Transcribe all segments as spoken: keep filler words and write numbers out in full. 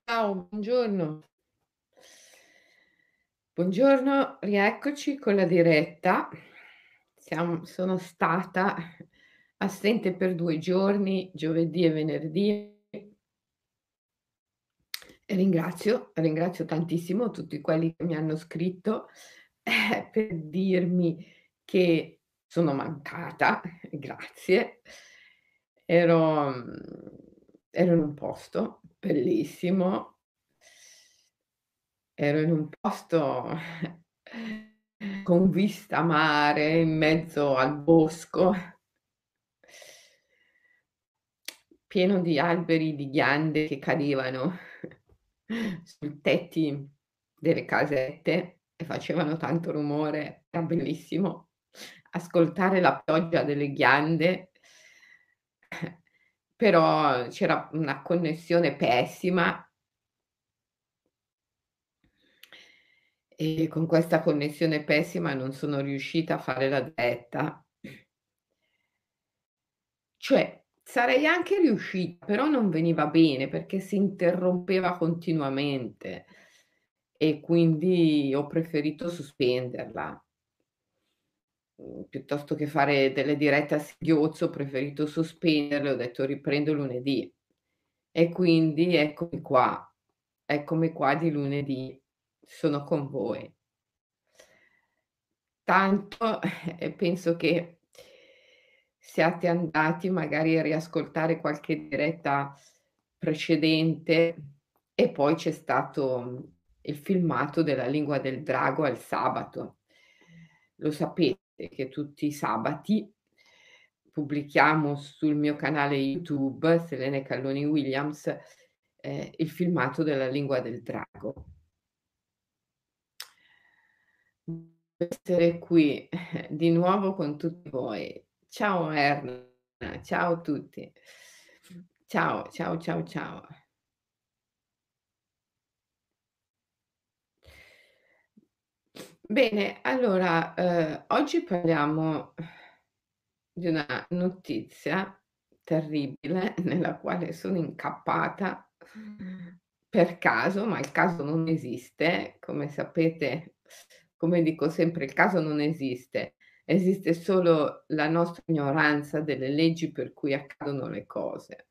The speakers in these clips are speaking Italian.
Ciao, buongiorno. Buongiorno, rieccoci con la diretta. Siam sono stata assente per due giorni, giovedì e venerdì. E ringrazio ringrazio tantissimo tutti quelli che mi hanno scritto, eh, per dirmi che sono mancata, grazie. Ero mhmm, ero in un posto bellissimo. Ero in un posto con vista mare, in mezzo al bosco pieno di alberi di ghiande che cadevano sui tetti delle casette e facevano tanto rumore, era bellissimo ascoltare la pioggia delle ghiande. Però c'era una connessione pessima e con questa connessione pessima non sono riuscita a fare la diretta. Cioè, sarei anche riuscita, però non veniva bene perché si interrompeva continuamente e quindi ho preferito sospenderla. Mhmm, piuttosto che fare delle dirette a singhiozzo, ho preferito sospenderle, ho detto: "Riprendo lunedì." E quindi eccomi qua, eccomi qua di lunedì, sono con voi. Tanto, e penso che siate andati magari a riascoltare qualche diretta precedente e poi c'è stato, mhmm, il filmato della Lingua del Drago al sabato. Lo sapete che tutti i sabati pubblichiamo sul mio canale YouTube, Selene Calloni Williams, ehm, il filmato della Lingua del Drago. Essere qui di nuovo con tutti voi. Ciao Erna, ciao a tutti. Ciao, ciao, ciao, ciao. Bene, allora, uhm, oggi parliamo di una notizia terribile nella quale sono incappata per caso, ma il caso non esiste. Come sapete, come dico sempre, il caso non esiste, esiste solo la nostra ignoranza delle leggi per cui accadono le cose.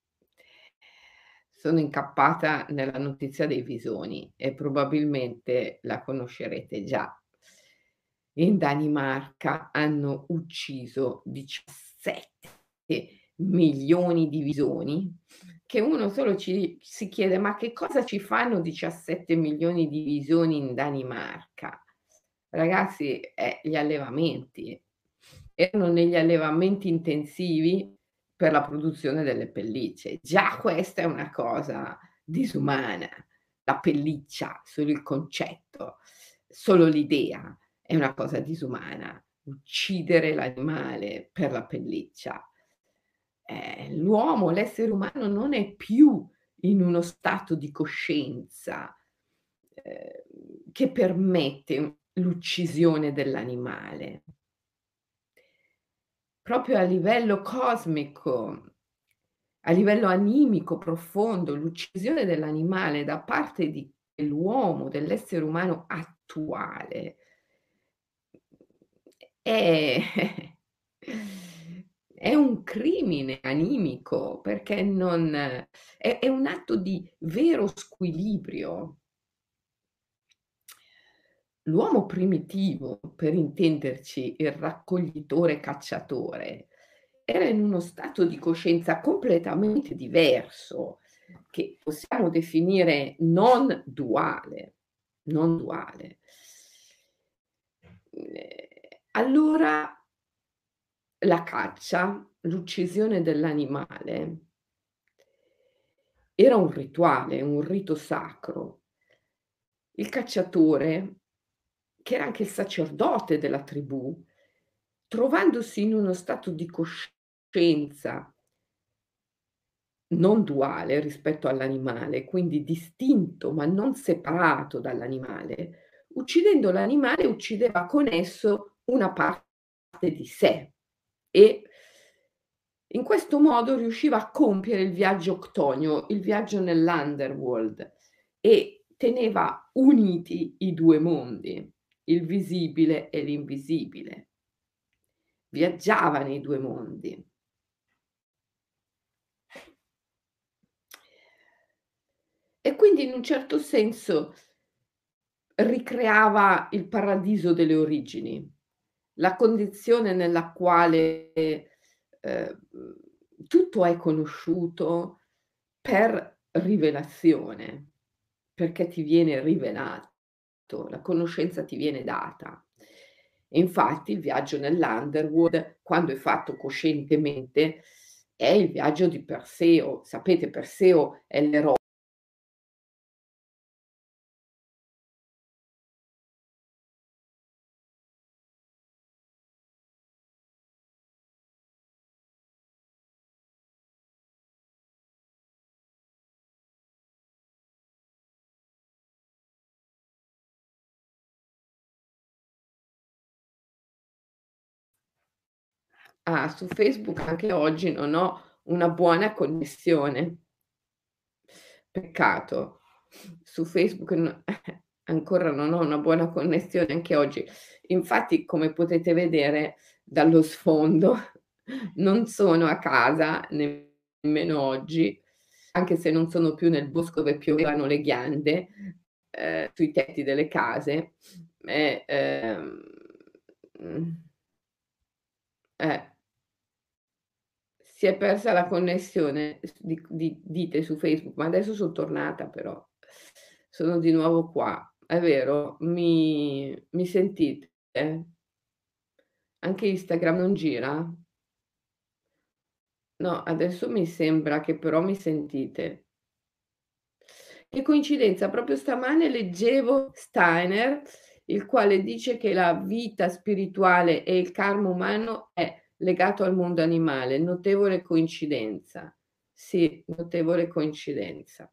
Sono incappata nella notizia dei visoni e probabilmente la conoscerete già. In Danimarca hanno ucciso diciassette milioni di visoni, che uno solo ci si chiede: "Ma che cosa ci fanno diciassette milioni di visoni in Danimarca?" Ragazzi, eh, gli allevamenti. Erano negli allevamenti intensivi per la produzione delle pellicce. Già questa è una cosa disumana. La pelliccia, solo il concetto, solo l'idea è una cosa disumana. Uccidere l'animale per la pelliccia. Eh, l'uomo, l'essere umano non è più in uno stato di coscienza, ehm, che permette l'uccisione dell'animale. Proprio a livello cosmico, a livello animico profondo, l'uccisione dell'animale da parte di dell'uomo, dell'essere umano attuale è è un crimine animico perché non è è un atto di vero squilibrio. L'uomo primitivo, per intenderci, il raccoglitore cacciatore, era in uno stato di coscienza completamente diverso, che possiamo definire non duale, non duale. Ehm, allora la caccia, l'uccisione dell'animale era un rituale, un rito sacro. Il cacciatore, che era anche il sacerdote della tribù, trovandosi in uno stato di coscienza non duale rispetto all'animale, quindi distinto ma non separato dall'animale, uccidendo l'animale uccideva con esso una parte di sé e In questo modo riusciva a compiere il viaggio octonio, il viaggio nell'underworld e teneva uniti i due mondi, il visibile e l'invisibile. Viaggiava nei due mondi. E quindi in un certo senso ricreava il paradiso delle origini, la condizione nella quale, ehm, tutto è conosciuto per rivelazione, perché ti viene rivelato, la conoscenza ti viene data. E infatti il viaggio nell'underworld, quando è fatto coscientemente, è il viaggio di Perseo. Sapete, Perseo è l'ero ah, su Facebook anche oggi non ho una buona connessione. Peccato. Su Facebook n ancora non ho una buona connessione anche oggi. Infatti, come potete vedere dallo sfondo, non sono a casa nemmeno oggi, anche se non sono più nel bosco dove piovevano le ghiande, ehm, sui tetti delle case e, ehm, mhmm, eh. Si è persa la connessione s di di dite su Facebook, ma adesso son tornata però. Sono di nuovo qua. È vero? Mi mi sentite? Anche Instagram non gira? No, adesso mi sembra che però mi sentite. Che coincidenza, proprio stamane leggevo Steiner, il quale dice che la vita spirituale e il karma umano è legato al mondo animale. Notevole coincidenza. Sì, notevole coincidenza.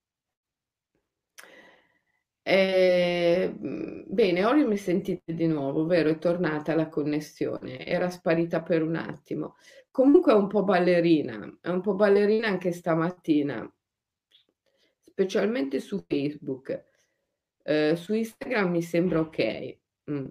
Ehm, bene, ora mi sentite di nuovo, vero? È tornata la connessione, era sparita per un attimo. Comunque è un po' ballerina, è un po' ballerina anche stamattina, specialmente su Facebook. Ehm, su Instagram mi sembra okay. Mh.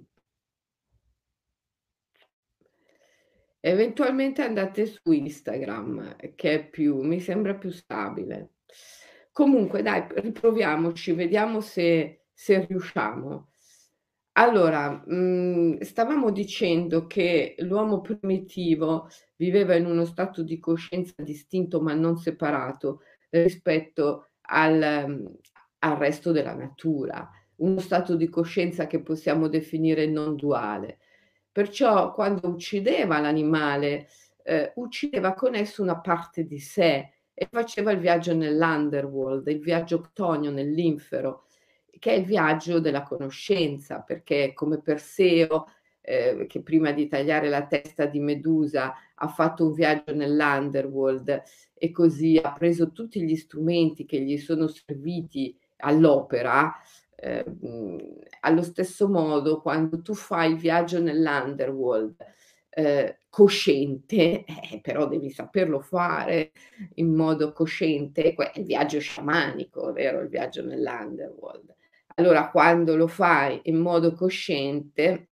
Eventualmente andate su Instagram, che è più mi sembra più stabile. Comunque dai, p riproviamoci, vediamo se se riusciamo. Allora, mhmm, stavamo dicendo che l'uomo primitivo viveva in uno stato di coscienza distinto ma non separato rispetto al mhmm, al resto della natura, uno stato di coscienza che possiamo definire non duale. Perciò quando uccideva l'animale, ehm, uccideva con esso una parte di sé e faceva il viaggio nell'underworld, il viaggio octonio, nell'infero, che è il viaggio della conoscenza, perché come Perseo, ehm, che prima di tagliare la testa di Medusa ha fatto un viaggio nell'underworld e così ha preso tutti gli strumenti che gli sono serviti all'opera, ehm, mhmm, allo stesso modo quando tu fai il viaggio nell'underworld, ehm, cosciente, eh, però devi saperlo fare in modo cosciente, que è il viaggio sciamanico, vero, il viaggio nell'underworld. Allora quando lo fai in modo cosciente,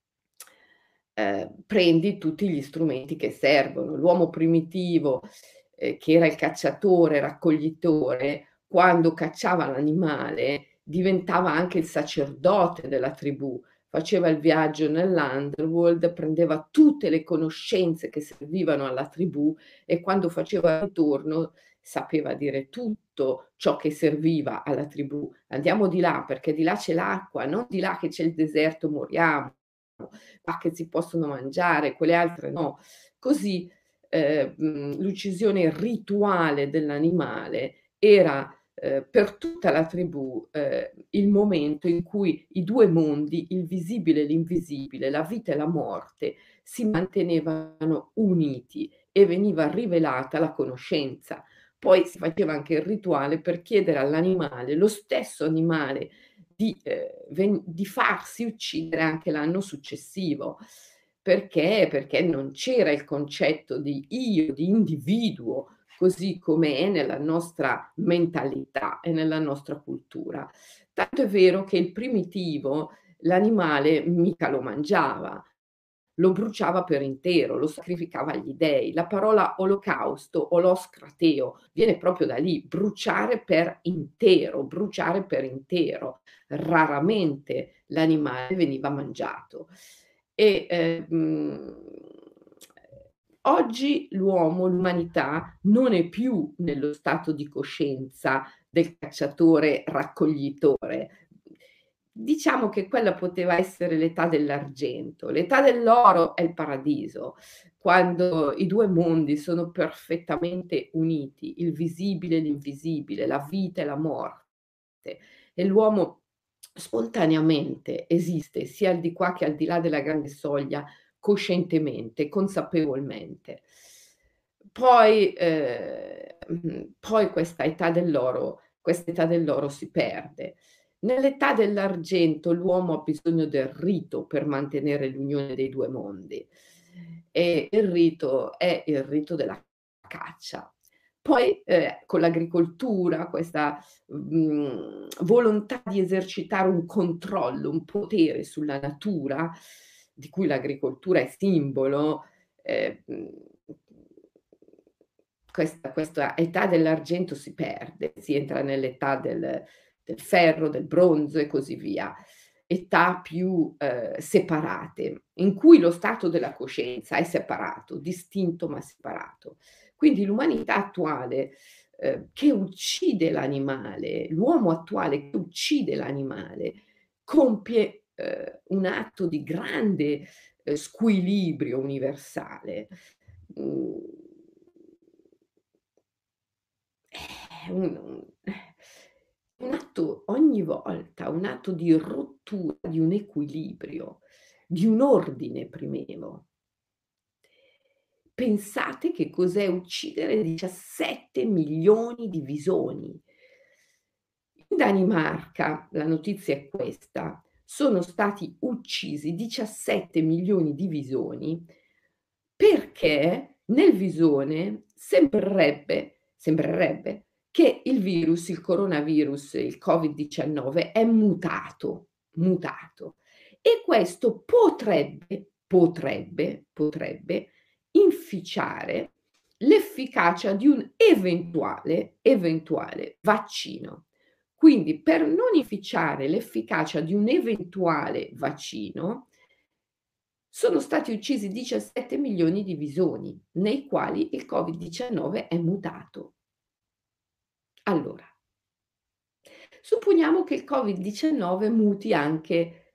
ehm, prendi tutti gli strumenti che servono. L'uomo primitivo, ehm, che era il cacciatore, raccoglitore, quando cacciava l'animale diventava anche il sacerdote della tribù, faceva il viaggio nell'underworld, prendeva tutte le conoscenze che servivano alla tribù e quando faceva il ritorno sapeva dire tutto ciò che serviva alla tribù. Andiamo di là perché di là c'è l'acqua, non di là che c'è il deserto moriamo, qua che si possono mangiare, quelle altre no. Così, ehm, mhmm, l'uccisione rituale dell'animale era, ehm, per tutta la tribù, ehm, il momento in cui i due mondi, il visibile e l'invisibile, la vita e la morte, si mantenevano uniti e veniva rivelata la conoscenza. Poi si faceva anche il rituale per chiedere all'animale, lo stesso animale, di, ehm, ven di farsi uccidere anche l'anno successivo, perché perché non c'era il concetto di io, di individuo, così come è nella nostra mentalità e nella nostra cultura. Tanto è vero che il primitivo l'animale mica lo mangiava, lo bruciava per intero, lo sacrificava agli dei. La parola olocausto, holos krateo, viene proprio da lì, bruciare per intero, bruciare per intero. Raramente l'animale veniva mangiato. E, ehm, oggi l'uomo, l'umanità, non è più nello stato di coscienza del cacciatore raccoglitore. Diciamo che quella poteva essere l'età dell'argento. L'età dell'oro è il paradiso, quando i due mondi sono perfettamente uniti, il visibile e l'invisibile, la vita e la morte, e l'uomo spontaneamente esiste sia al di qua che al di là della grande soglia, coscientemente, consapevolmente. Poi, ehm, mhmm, poi questa età dell'oro questa età dell'oro si perde. Nell'età dell'argento l'uomo ha bisogno del rito per mantenere l'unione dei due mondi, e il rito è il rito della caccia. Poi, ehm, con l'agricoltura, questa, mhmm, volontà di esercitare un controllo, un potere sulla natura, di cui l'agricoltura è simbolo, ehm, mhmm, questa questa età dell'argento si perde, si entra nell'età del del ferro, del bronzo e così via. Età più, ehm, separate, in cui lo stato della coscienza è separato, distinto ma separato. Quindi l'umanità attuale, ehm, che uccide l'animale, l'uomo attuale che uccide l'animale, compie, ehm, un atto di grande, ehm, squilibrio universale. Mhmm Eh, un un eh, un atto ogni volta, un atto di rottura di un equilibrio, di un ordine primevo. Pensate che cos'è uccidere diciassette milioni di visoni. In Danimarca, la notizia è questa, sono stati uccisi diciassette milioni di visoni perché nel visone sembrerebbe sembrerebbe che il virus, il coronavirus, il covid diciannove è mutato, mutato e questo potrebbe, potrebbe, potrebbe inficiare l'efficacia di un eventuale, eventuale vaccino. Quindi per non inficiare l'efficacia di un eventuale vaccino, sono stati uccisi diciassette milioni di visoni, nei quali il covid diciannove è mutato. Allora, supponiamo che il covid diciannove muti anche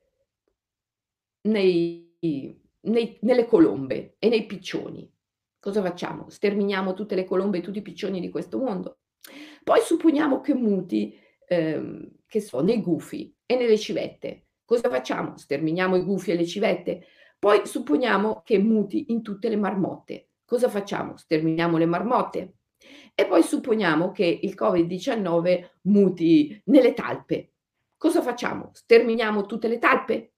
nei nei nelle colombe e nei piccioni. Cosa facciamo? Sterminiamo tutte le colombe e tutti i piccioni di questo mondo? Poi supponiamo che muti, ehm, che so, nei gufi e nelle civette. Cosa facciamo? Sterminiamo i gufi e le civette? Poi supponiamo che muti in tutte le marmotte. Cosa facciamo? Sterminiamo le marmotte? E poi supponiamo che il covid diciannove muti nelle talpe. Cosa facciamo? Sterminiamo tutte le talpe?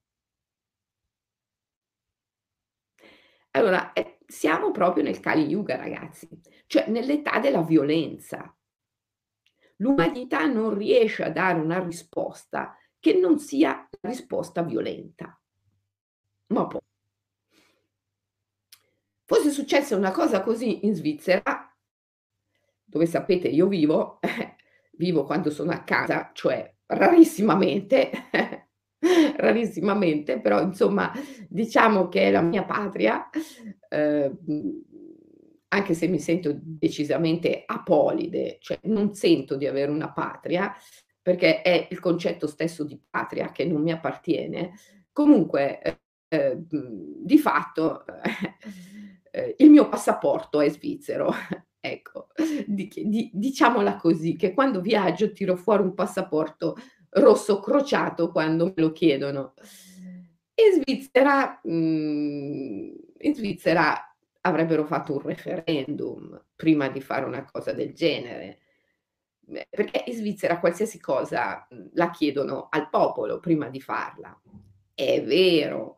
Allora, ehm, siamo proprio nel Kali Yuga ragazzi, cioè nell'età della violenza. L'umanità non riesce a dare una risposta che non sia la risposta violenta. Ma po Fosse successa una cosa così in Svizzera, dove sapete io vivo, vivo quando sono a casa, cioè rarissimamente, rarissimamente, però insomma diciamo che è la mia patria, ehm, mhmm, anche se mi sento decisamente apolide, cioè non sento di avere una patria, perché è il concetto stesso di patria che non mi appartiene. Comunque, ehm, mhmm, di fatto, ehm, il mio passaporto è svizzero, ecco. Dic di diciamola così, che quando viaggio tiro fuori un passaporto rosso crociato quando me lo chiedono. In Svizzera mhmm, in Svizzera avrebbero fatto un referendum prima di fare una cosa del genere. Beh, perché in Svizzera qualsiasi cosa, mhmm, la chiedono al popolo prima di farla. È vero,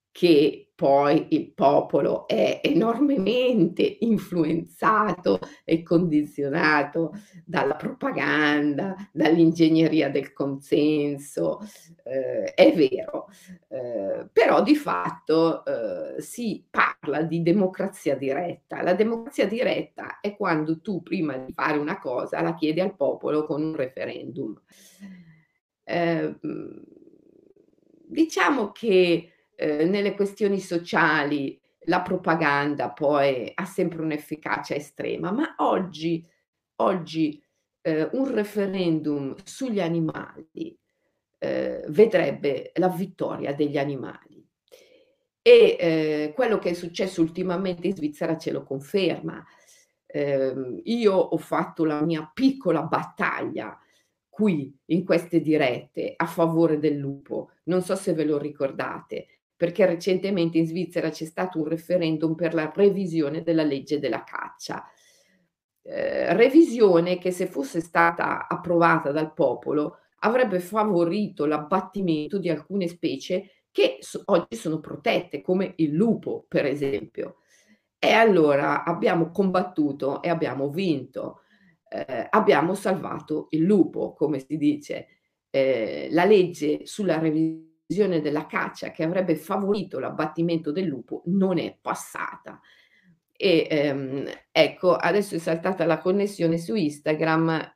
che poi il popolo è enormemente influenzato e condizionato dalla propaganda, dall'ingegneria del consenso, ehm, è vero, ehm, però di fatto, uhm, si parla di democrazia diretta. La democrazia diretta è quando tu prima di fare una cosa la chiedi al popolo con un referendum. Ehm, mhmm, diciamo che, ehm, nelle questioni sociali la propaganda poi ha sempre un'efficacia estrema, ma oggi oggi, ehm, un referendum sugli animali, ehm, vedrebbe la vittoria degli animali. E, ehm, quello che è successo ultimamente in Svizzera ce lo conferma. Ehm, io ho fatto la mia piccola battaglia qui, in queste dirette, a favore del lupo. Non so se ve lo ricordate, perché recentemente in Svizzera c'è stato un referendum per la revisione della legge della caccia. Ehm, revisione che se fosse stata approvata dal popolo avrebbe favorito l'abbattimento di alcune specie che s oggi sono protette, come il lupo per esempio. E allora abbiamo combattuto e abbiamo vinto. Ehm, abbiamo salvato il lupo, come si dice. Ehm, la legge sulla revisione della caccia che avrebbe favorito l'abbattimento del lupo non è passata. E, ehm, ecco, adesso è saltata la connessione su Instagram.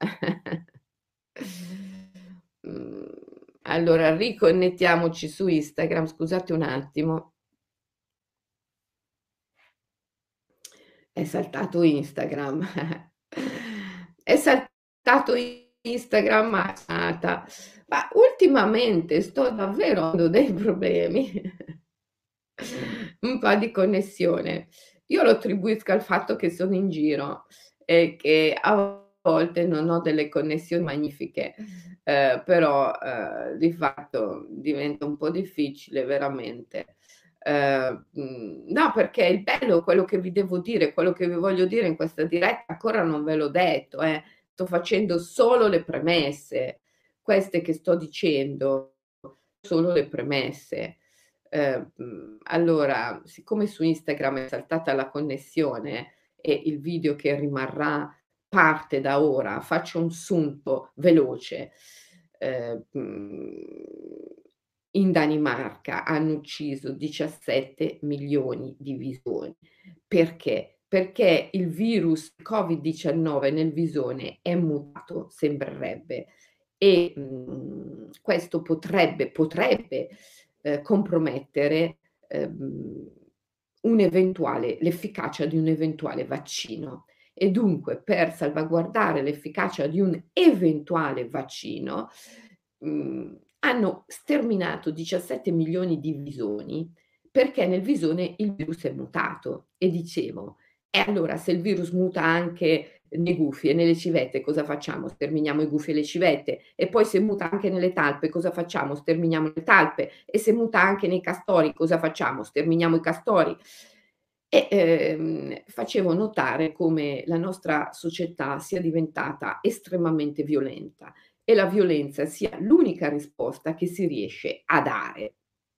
Mhmm, allora riconnettiamoci su Instagram, scusate un attimo. È saltato Instagram. È saltato Instagram, mazzata. Ma ultimamente sto davvero avendo dei problemi un po' di connessione. Io lo attribuisco al fatto che sono in giro e che a volte non ho delle connessioni magnifiche, ehm, però, ehm, di fatto diventa un po' difficile veramente. Ehm, mhmm, no, perché il bello, quello che vi devo dire, quello che vi voglio dire in questa diretta ancora non ve l'ho detto, eh, sto facendo solo le premesse. Queste che sto dicendo, solo le premesse. Ehm, mhmm, allora, siccome su Instagram è saltata la connessione e il video che rimarrà parte da ora, faccio un sunto veloce. Ehm, mhmm, in Danimarca hanno ucciso diciassette milioni di visoni. Perché? Perché il virus Covid diciannove nel visone è mutato, sembrerebbe, e, mhmm, questo potrebbe potrebbe, ehm, compromettere, ehm, un eventuale l'efficacia di un eventuale vaccino. E dunque per salvaguardare l'efficacia di un eventuale vaccino, mhmm, hanno sterminato diciassette milioni di visoni, perché nel visone il virus è mutato. E dicevo: e allora se il virus muta anche nei gufi e nelle civette cosa facciamo? Sterminiamo i gufi e le civette. E poi se muta anche nelle talpe cosa facciamo? Sterminiamo le talpe. E se muta anche nei castori cosa facciamo? Sterminiamo i castori. E, ehm, facevo notare come la nostra società sia diventata estremamente violenta e la violenza sia l'unica risposta che si riesce a dare.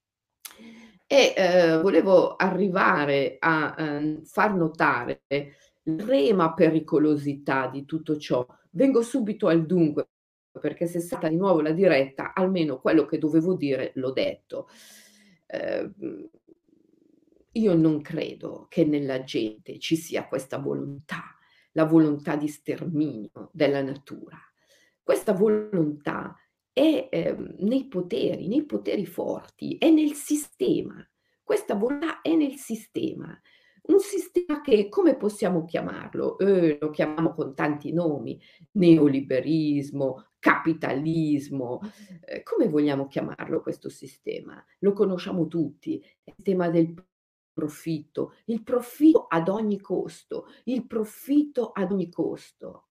E, ehm, volevo arrivare a, ehm, far notare l'estrema pericolosità di tutto ciò. Vengo subito al dunque, perché se è stata di nuovo la diretta, almeno quello che dovevo dire l'ho detto. Ehm, mhmm, io non credo che nella gente ci sia questa volontà, la volontà di sterminio della natura. Questa volontà è, ehm, nei poteri, nei poteri forti, è nel sistema. Questa volontà è nel sistema. Un sistema che come possiamo chiamarlo? Eh, lo chiamiamo con tanti nomi: neoliberismo, capitalismo, ehm, come vogliamo chiamarlo questo sistema? Lo conosciamo tutti, è il sistema del profitto, il profitto ad ogni costo, il profitto ad ogni costo.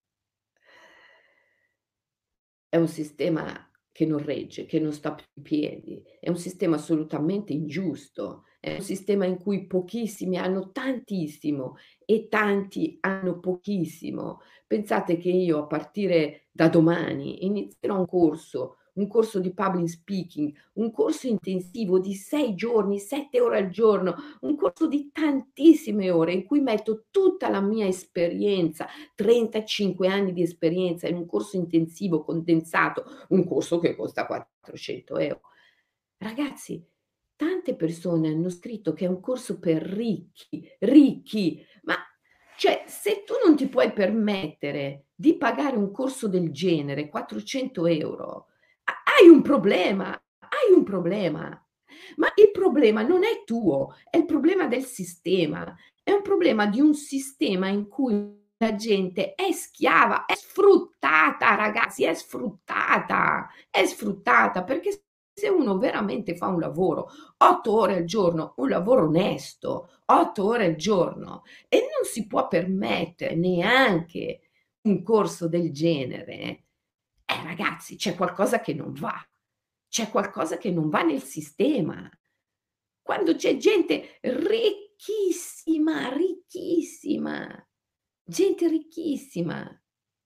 È un sistema che non regge, che non sta più in piedi, è un sistema assolutamente ingiusto, è un sistema in cui pochissimi hanno tantissimo e tanti hanno pochissimo. Pensate che io a partire da domani inizierò un corso un corso di public speaking, un corso intensivo di sei giorni, sette ore al giorno, un corso di tantissime ore in cui metto tutta la mia esperienza, trentacinque anni di esperienza in un corso intensivo condensato, un corso che costa quattrocento euro. Ragazzi, tante persone hanno scritto che è un corso per ricchi, ricchi, ma cioè se tu non ti puoi permettere di pagare un corso del genere, quattrocento euro, ha hai un problema, hai un problema. Ma il problema non è tuo, è il problema del sistema. È un problema di un sistema in cui la gente è schiava, è sfruttata ragazzi, è sfruttata, è sfruttata perché se uno veramente fa un lavoro otto ore al giorno, un lavoro onesto, otto ore al giorno e non si può permettere neanche un corso del genere, eh ragazzi c'è qualcosa che non va. C'è qualcosa che non va nel sistema. Quando c'è gente ricchissima, ricchissima, gente ricchissima,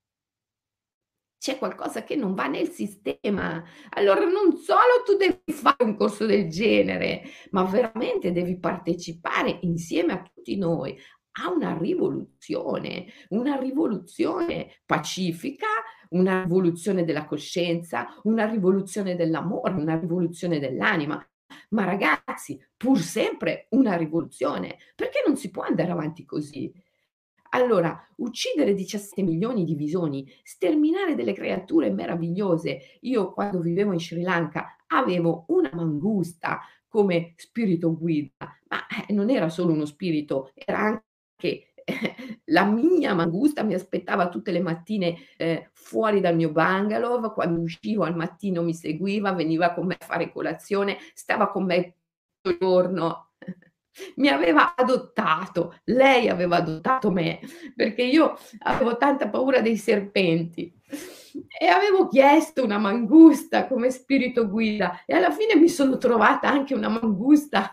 c'è qualcosa che non va nel sistema. Allora non solo tu devi fare un corso del genere, ma veramente devi partecipare insieme a tutti noi a una rivoluzione, una rivoluzione pacifica, una rivoluzione della coscienza, una rivoluzione dell'amore, una rivoluzione dell'anima. Ma ragazzi, pur sempre una rivoluzione, perché non si può andare avanti così. Allora, uccidere diciassette milioni di visoni, sterminare delle creature meravigliose. Io quando vivevo in Sri Lanka avevo una mangusta come spirito guida, ma, eh, non era solo uno spirito, era anche la mia mangusta mi aspettava tutte le mattine, ehm, fuori dal mio bungalow, quando uscivo al mattino mi seguiva, veniva con me a fare colazione, stava con me tutto il giorno. Mi aveva adottato, lei aveva adottato me, perché io avevo tanta paura dei serpenti e avevo chiesto una mangusta come spirito guida e alla fine mi sono trovata anche una mangusta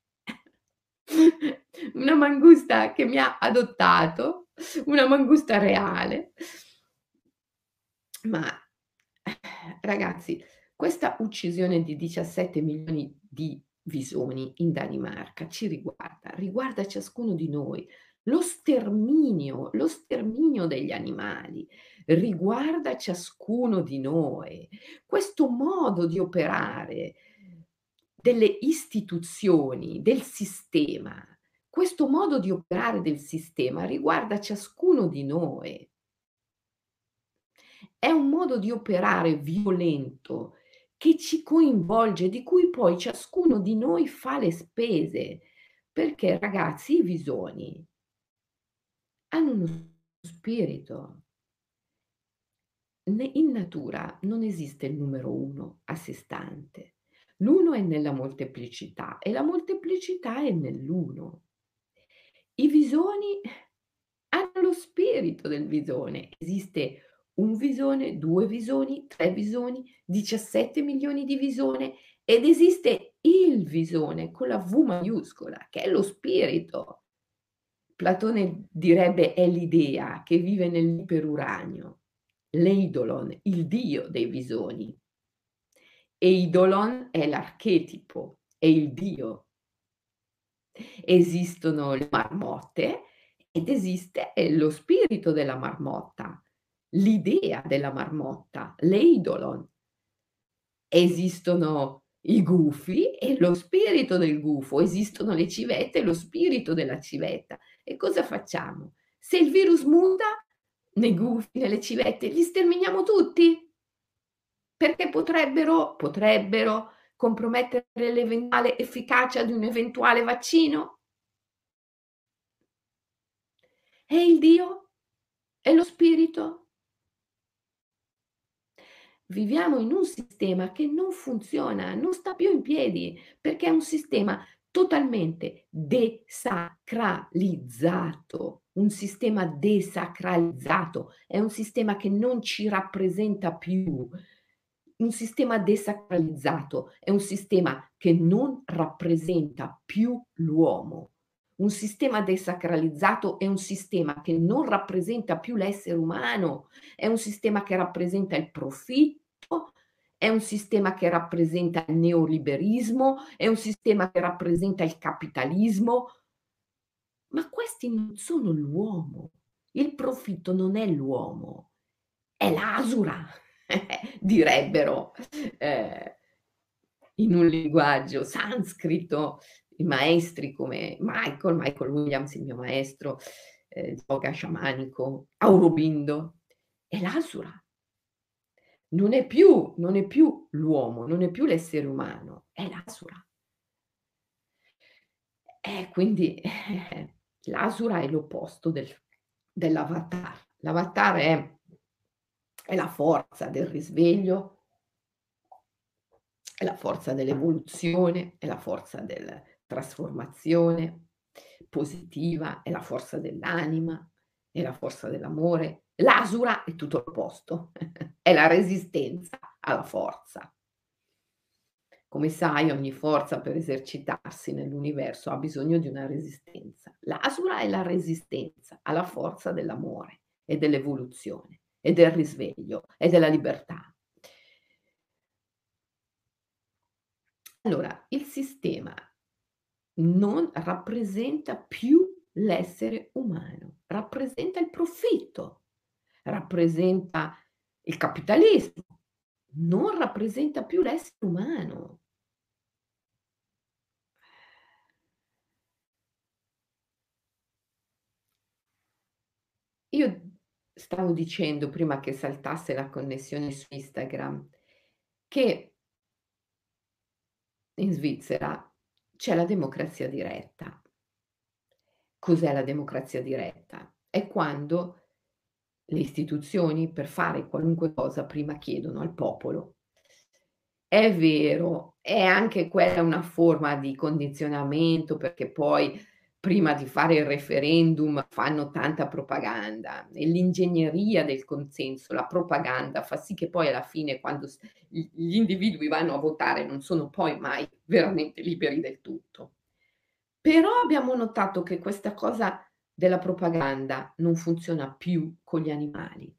una mangusta che mi ha adottato, una mangusta reale. Ma ragazzi, questa uccisione di diciassette milioni di visoni in Danimarca ci riguarda, riguarda ciascuno di noi. Lo sterminio, lo sterminio degli animali riguarda ciascuno di noi. Questo modo di operare delle istituzioni, del sistema, questo modo di operare del sistema riguarda ciascuno di noi. È un modo di operare violento che ci coinvolge, di cui poi ciascuno di noi fa le spese, perché ragazzi i visoni hanno uno spirito. Ne in natura non esiste il numero uno a sé stante. L'uno è nella molteplicità e la molteplicità è nell'uno. I visoni hanno lo spirito del visone. Esiste un visone, due visoni, tre visoni, diciassette milioni di visone ed esiste il visone con la V maiuscola, che è lo spirito. Platone direbbe è l'idea che vive nell'iperuranio, l'eidolon, il dio dei visoni. Eidolon è l'archetipo, è il dio. Esistono le marmotte ed esiste, ehm, lo spirito della marmotta, l'idea della marmotta, l'eidolon. Esistono i gufi e lo spirito del gufo, esistono le civette e lo spirito della civetta. E cosa facciamo? Se il virus muta nei gufi, nelle civette, li sterminiamo tutti? Perché potrebbero potrebbero compromettere l'eventuale efficacia di un eventuale vaccino? E il Dio? E lo spirito? Viviamo in un sistema che non funziona, non sta più in piedi, perché è un sistema totalmente desacralizzato, un sistema desacralizzato, è un sistema che non ci rappresenta più. Un sistema desacralizzato è un sistema che non rappresenta più l'uomo. Un sistema desacralizzato è un sistema che non rappresenta più l'essere umano, è un sistema che rappresenta il profitto, è un sistema che rappresenta il neoliberismo, è un sistema che rappresenta il capitalismo, ma questi non sono l'uomo. Il profitto non è l'uomo, è l'asura, direbbero, ehm, in un linguaggio sanscrito i maestri come Michael Michael Williams, il mio maestro, ehm, yoga sciamanico, Aurobindo, è l'asura. Non è più non è più l'uomo, non è più l'essere umano, è l'asura. Eh, quindi l'asura è l'opposto del dell'avatar. L'avatar è è la forza del risveglio, è la forza dell'evoluzione, è la forza del trasformazione positiva, è la forza dell'anima, è la forza dell'amore. L'asura è tutto l'opposto, è la resistenza alla forza. Come sai, ogni forza per esercitarsi nell'universo ha bisogno di una resistenza. L'asura è la resistenza alla forza dell'amore e dell'evoluzione e del risveglio e della libertà. Allora, il sistema non rappresenta più l'essere umano, rappresenta il profitto, rappresenta il capitalismo, non rappresenta più l'essere umano. Io stavo dicendo prima che saltasse la connessione su Instagram, che in Svizzera c'è la democrazia diretta. Cos'è la democrazia diretta? È quando le istituzioni per fare qualunque cosa prima chiedono al popolo. È vero, è anche quella una forma di condizionamento, perché poi prima di fare il referendum fanno tanta propaganda e l'ingegneria del consenso, la propaganda fa sì che poi alla fine quando s gli gli individui vanno a votare non sono poi mai veramente liberi del tutto. Però abbiamo notato che questa cosa della propaganda non funziona più con gli animali.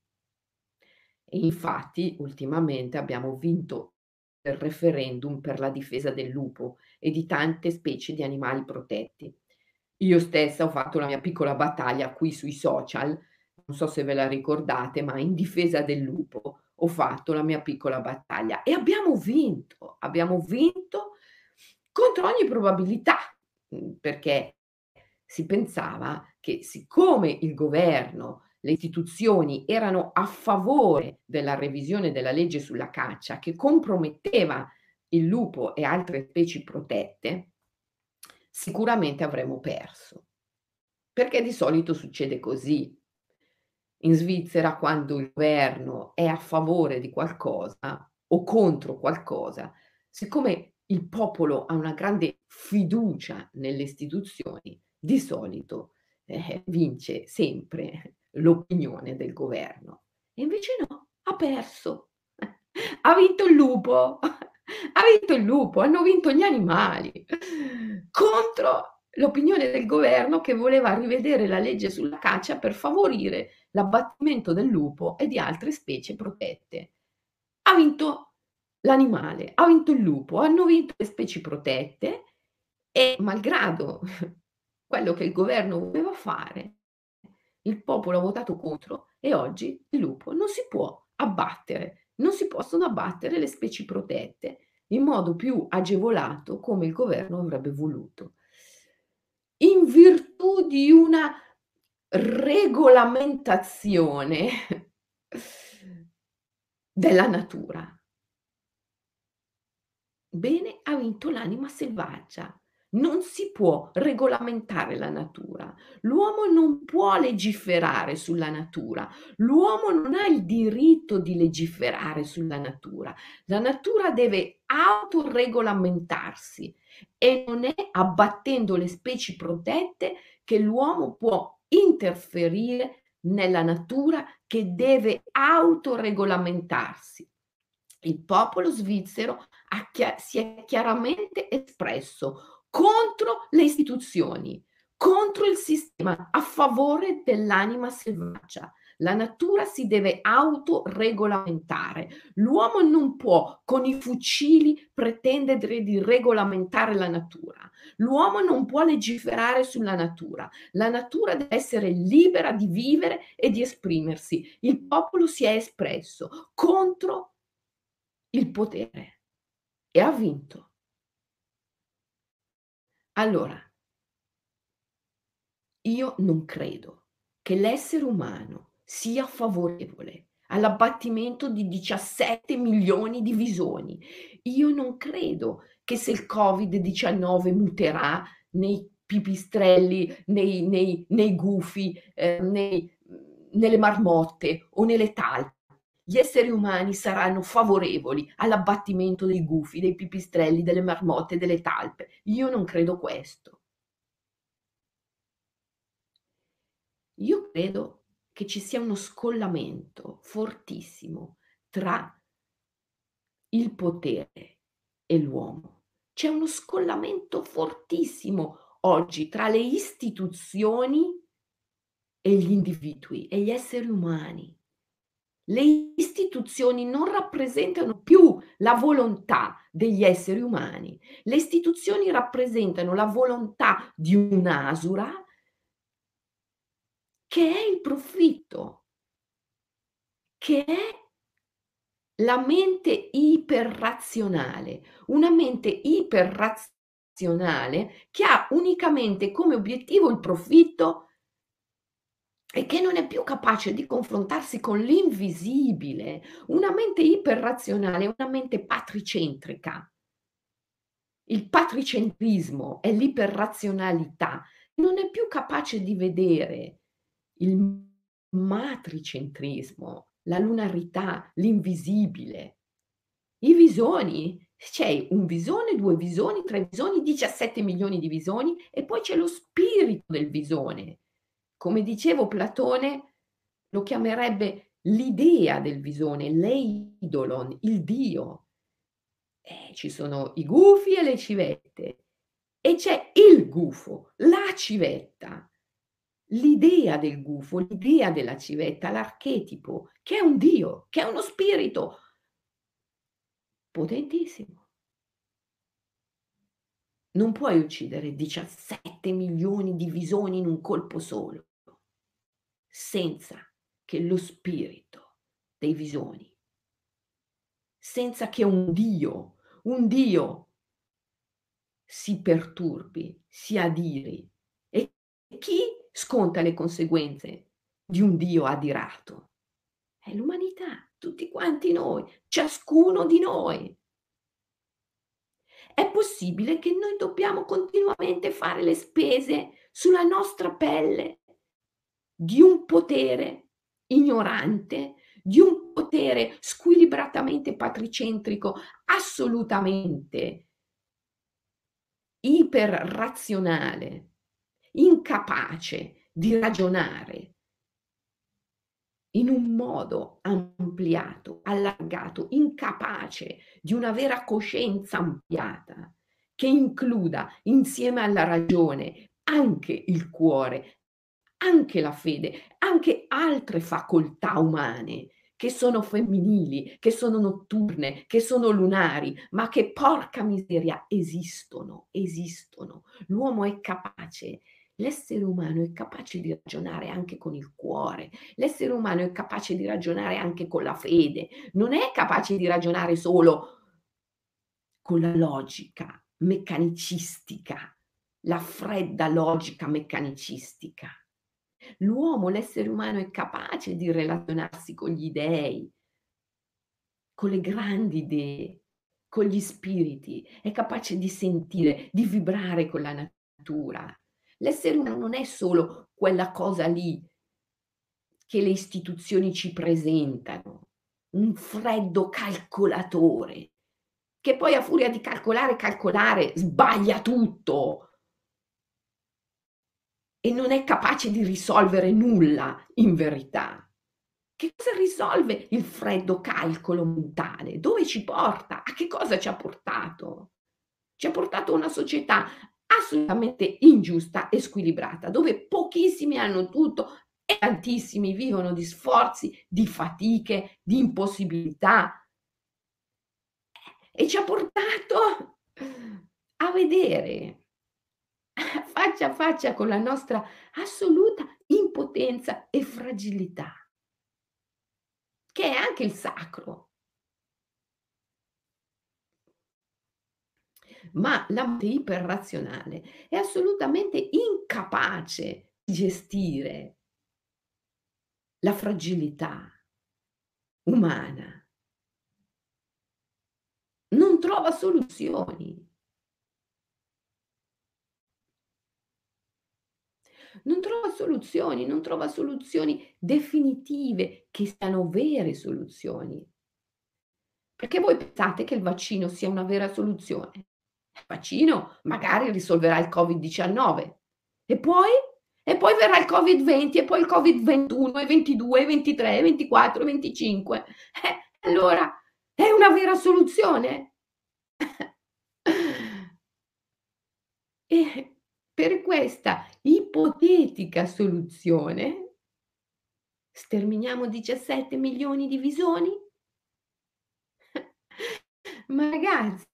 E infatti ultimamente abbiamo vinto il referendum per la difesa del lupo e di tante specie di animali protetti. Io stessa ho fatto la mia piccola battaglia qui sui social, non so se ve la ricordate, ma in difesa del lupo ho fatto la mia piccola battaglia e abbiamo vinto, abbiamo vinto contro ogni probabilità, mhmm, perché si pensava che siccome il governo, le istituzioni erano a favore della revisione della legge sulla caccia che comprometteva il lupo e altre specie protette, sicuramente avremmo perso. Perché di solito succede così. In Svizzera quando il governo è a favore di qualcosa o contro qualcosa, siccome il popolo ha una grande fiducia nelle istituzioni, di solito, eh, vince sempre l'opinione del governo. E invece no, ha perso. Ha vinto il lupo, ha vinto il lupo, hanno vinto gli animali contro l'opinione del governo che voleva rivedere la legge sulla caccia per favorire l'abbattimento del lupo e di altre specie protette. Ha vinto l'animale, ha vinto il lupo, hanno vinto le specie protette e malgrado quello che il governo voleva fare, il popolo ha votato contro e oggi il lupo non si può abbattere, non si possono abbattere le specie protette in modo più agevolato come il governo avrebbe voluto. In virtù di una regolamentazione della natura. Bene, ha vinto l'anima selvaggia. Non si può regolamentare la natura. L'uomo non può legiferare sulla natura. L'uomo non ha il diritto di legiferare sulla natura. La natura deve autoregolamentarsi e non è abbattendo le specie protette che l'uomo può interferire nella natura che deve autoregolamentarsi. Il popolo svizzero ha chia si è chiaramente espresso contro le istituzioni, contro il sistema, a favore dell'anima selvaggia, La natura si deve autoregolamentare. L'uomo non può con i fucili pretendere di regolamentare la natura. L'uomo non può legiferare sulla natura. La natura deve essere libera di vivere e di esprimersi. Il popolo si è espresso contro il potere e ha vinto. Allora io non credo che l'essere umano sia favorevole all'abbattimento di diciassette milioni di visoni. Io non credo che se il covid diciannove muterà nei pipistrelli, nei nei nei gufi, ehm, nei mhmm, nelle marmotte o nelle talpe, gli esseri umani saranno favorevoli all'abbattimento dei gufi, dei pipistrelli, delle marmotte, delle talpe. Io non credo questo. Io credo che ci sia uno scollamento fortissimo tra il potere e l'uomo. C'è uno scollamento fortissimo oggi tra le istituzioni e gli individui e gli esseri umani. Le istituzioni non rappresentano più la volontà degli esseri umani. Le istituzioni rappresentano la volontà di un'asura che è il profitto, che è la mente iperrazionale, una mente iperrazionale che ha unicamente come obiettivo il profitto e che non è più capace di confrontarsi con l'invisibile. Una mente iperrazionale è una mente patricentrica. Il patricentrismo è l'iperrazionalità, non è più capace di vedere il matricentrismo, la lunarità, l'invisibile. I visoni, c'è un visone, due visoni, tre visoni, diciassette milioni di visoni e poi c'è lo spirito del visone. Come dicevo Platone lo chiamerebbe l'idea del visone, l'eidolon, il Dio. Eh, ci sono i gufi e le civette e c'è il gufo, la civetta, l'idea del gufo, l'idea della civetta, l'archetipo, che è un Dio, che è uno spirito potentissimo. Non puoi uccidere diciassette milioni di visoni in un colpo solo, senza che lo spirito dei visoni, senza che un Dio, un Dio si perturbi, si adiri. E chi sconta le conseguenze di un Dio adirato? È l'umanità, tutti quanti noi, ciascuno di noi. È possibile che noi dobbiamo continuamente fare le spese sulla nostra pelle di un potere ignorante, di un potere squilibratamente patricentrico, assolutamente iperrazionale, incapace di ragionare in un modo ampliato, allargato, incapace di una vera coscienza ampliata, che includa insieme alla ragione anche il cuore, anche la fede, anche altre facoltà umane che sono femminili, che sono notturne, che sono lunari, ma che porca miseria esistono, esistono. L'uomo è capace, l'essere umano è capace di ragionare anche con il cuore, l'essere umano è capace di ragionare anche con la fede, non è capace di ragionare solo con la logica meccanicistica, la fredda logica meccanicistica. L'uomo, l'essere umano è capace di relazionarsi con gli dei, con le grandi idee, con gli spiriti, è capace di sentire, di vibrare con la natura. L'essere umano non è solo quella cosa lì che le istituzioni ci presentano, un freddo calcolatore, che poi a furia di calcolare, calcolare sbaglia tutto e non è capace di risolvere nulla in verità. Che cosa risolve il freddo calcolo mentale? Dove ci porta? A che cosa ci ha portato? Ci ha portato a una società assolutamente ingiusta e squilibrata, dove pochissimi hanno tutto, e tantissimi vivono di sforzi, di fatiche, di impossibilità. E ci ha portato a vedere faccia a faccia con la nostra assoluta impotenza e fragilità, che è anche il sacro. Ma la mente iperrazionale è assolutamente incapace di gestire la fragilità umana, non trova soluzioni. Non trova soluzioni, non trova soluzioni definitive, che siano vere soluzioni. Perché voi pensate che il vaccino sia una vera soluzione? Il vaccino magari risolverà il covid diciannove e poi? E poi verrà il covid venti e poi il covid ventuno e ventidue e ventitré e ventiquattro e venticinque. Eh, allora è una vera soluzione? E per questa ipotetica soluzione sterminiamo diciassette milioni di visoni? Ma ragazzi,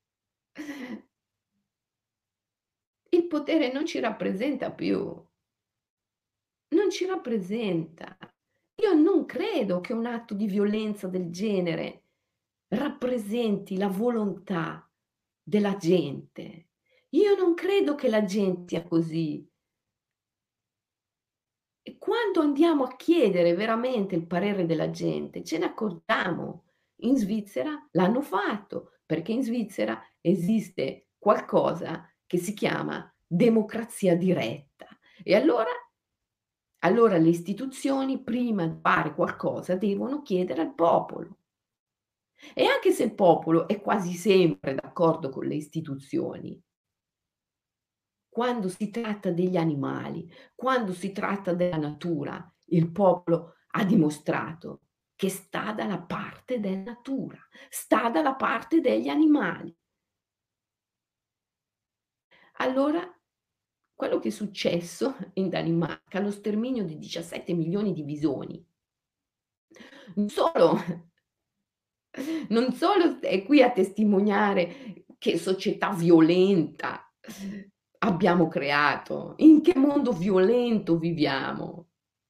il potere non ci rappresenta più, non ci rappresenta. Io non credo che un atto di violenza del genere rappresenti la volontà della gente. Io non credo che la gente sia così. E quando andiamo a chiedere veramente il parere della gente, ce ne accorgiamo. In Svizzera l'hanno fatto, perché in Svizzera esiste qualcosa che si chiama democrazia diretta. E allora allora le istituzioni prima di fare qualcosa devono chiedere al popolo. E anche se il popolo è quasi sempre d'accordo con le istituzioni, quando si tratta degli animali, quando si tratta della natura, il popolo ha dimostrato che sta dalla parte della natura, sta dalla parte degli animali. Allora, quello che è successo in Danimarca, lo sterminio di diciassette milioni di visoni, non solo non solo è qui a testimoniare che società violenta abbiamo creato, in che mondo violento viviamo,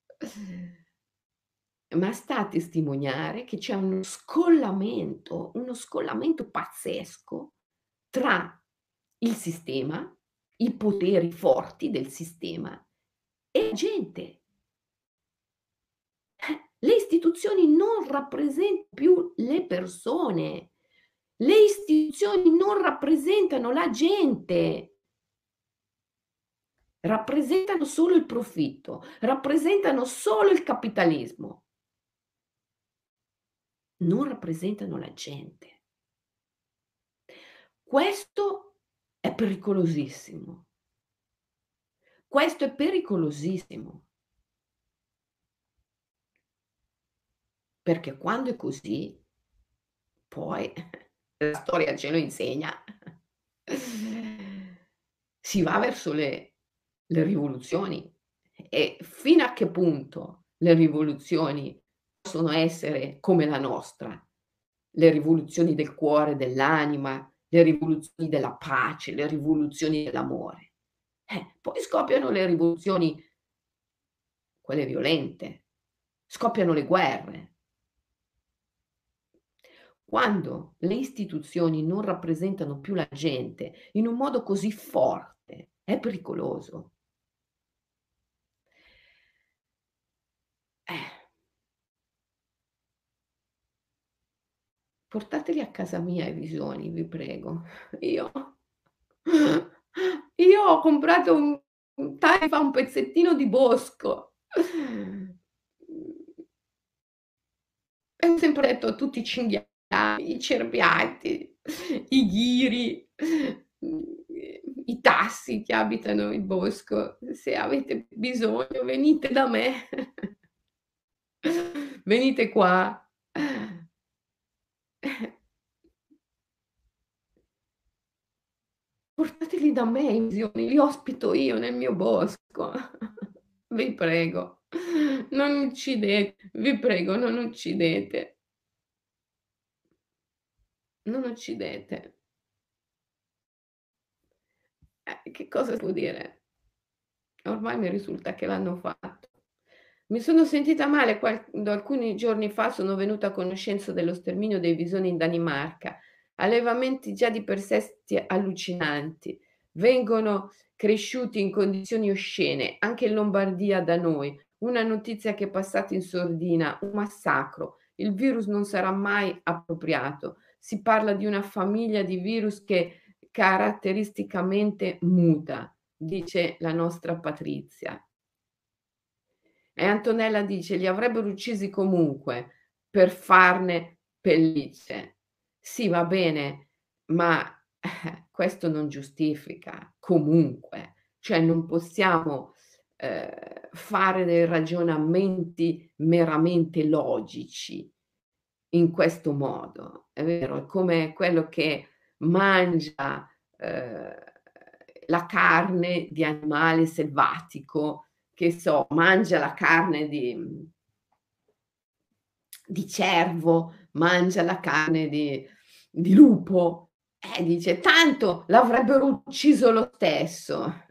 ma sta a testimoniare che c'è uno scollamento, uno scollamento pazzesco tra il sistema, i poteri forti del sistema e la gente. Le istituzioni non rappresentano più le persone. Le istituzioni non rappresentano la gente. Rappresentano solo il profitto, rappresentano solo il capitalismo. Non rappresentano la gente. Questo è pericolosissimo. Questo è pericolosissimo. Perché quando è così, poi la storia ce lo insegna, si va verso le le rivoluzioni. E fino a che punto le rivoluzioni possono essere come la nostra, le rivoluzioni del cuore, dell'anima, le rivoluzioni della pace, le rivoluzioni dell'amore. Eh, poi scoppiano le rivoluzioni, quelle violente, scoppiano le guerre. Quando le istituzioni non rappresentano più la gente in un modo così forte, è pericoloso. Eh, portateli a casa mia i visoni, vi prego. Io io ho comprato un un tempo fa un pezzettino di bosco. Mhmm, e ho sempre detto a tutti i cinghiali, i cerbiati, i ghiri, mhmm, i tassi che abitano il bosco: "Se avete bisogno venite da me, venite qua." Portateli da me i visoni, li ospito io nel mio bosco. Vi prego. Non uccide vi prego, non uccidete. Non uccidete. Eh, che cosa si può dire? Ormai mi risulta che l'hanno fatto. Mi sono sentita male quando alcuni giorni fa sono venuta a conoscenza dello sterminio dei visoni in Danimarca. Allevamenti già di per sé sti allucinanti. Vengono cresciuti in condizioni oscene, anche in Lombardia da noi. Una notizia che è passata in sordina, un massacro. Il virus non sarà mai appropriato. Si parla di una famiglia di virus che caratteristicamente muta, dice la nostra Patrizia. E Antonella dice: "Li avrebbero uccisi comunque per farne pellicce". Sì, va bene, ma questo non giustifica comunque, cioè non possiamo, ehm, fare dei ragionamenti meramente logici in questo modo, è vero? È come quello che mangia, ehm, la carne di animale selvatico, che so, mangia la carne di mhmm, di cervo, mangia la carne di di lupo, eh, dice: "Tanto l'avrebbero ucciso lo stesso".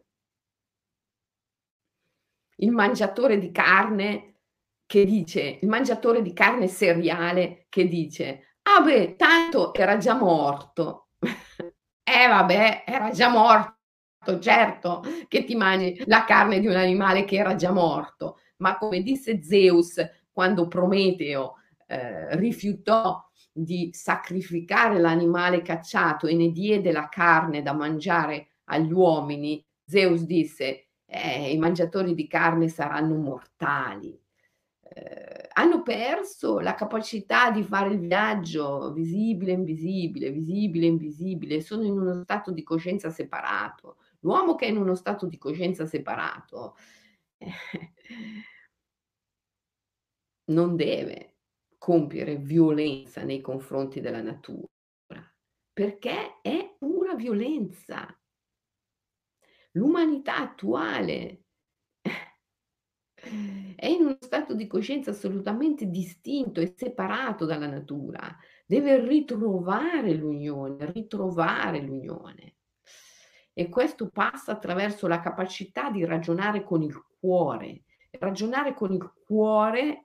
Il mangiatore di carne che dice il mangiatore di carne seriale che dice: "Ah beh, tanto era già morto". Eh vabbè, era già morto, certo che ti mangi la carne di un animale che era già morto, ma come disse Zeus quando Prometeo, ehm, rifiutò di sacrificare l'animale cacciato e ne diede la carne da mangiare agli uomini, Zeus disse: "Eh, i mangiatori di carne saranno mortali". Ehm, hanno perso la capacità di fare il viaggio visibile, invisibile, visibile, invisibile, sono in uno stato di coscienza separato. L'uomo che è in uno stato di coscienza separato, non deve compiere violenza nei confronti della natura, perché è pura violenza. L'umanità attuale è in uno stato di coscienza assolutamente distinto e separato dalla natura. Deve ritrovare l'unione, ritrovare l'unione. E questo passa attraverso la capacità di ragionare con il cuore. Ragionare con il cuore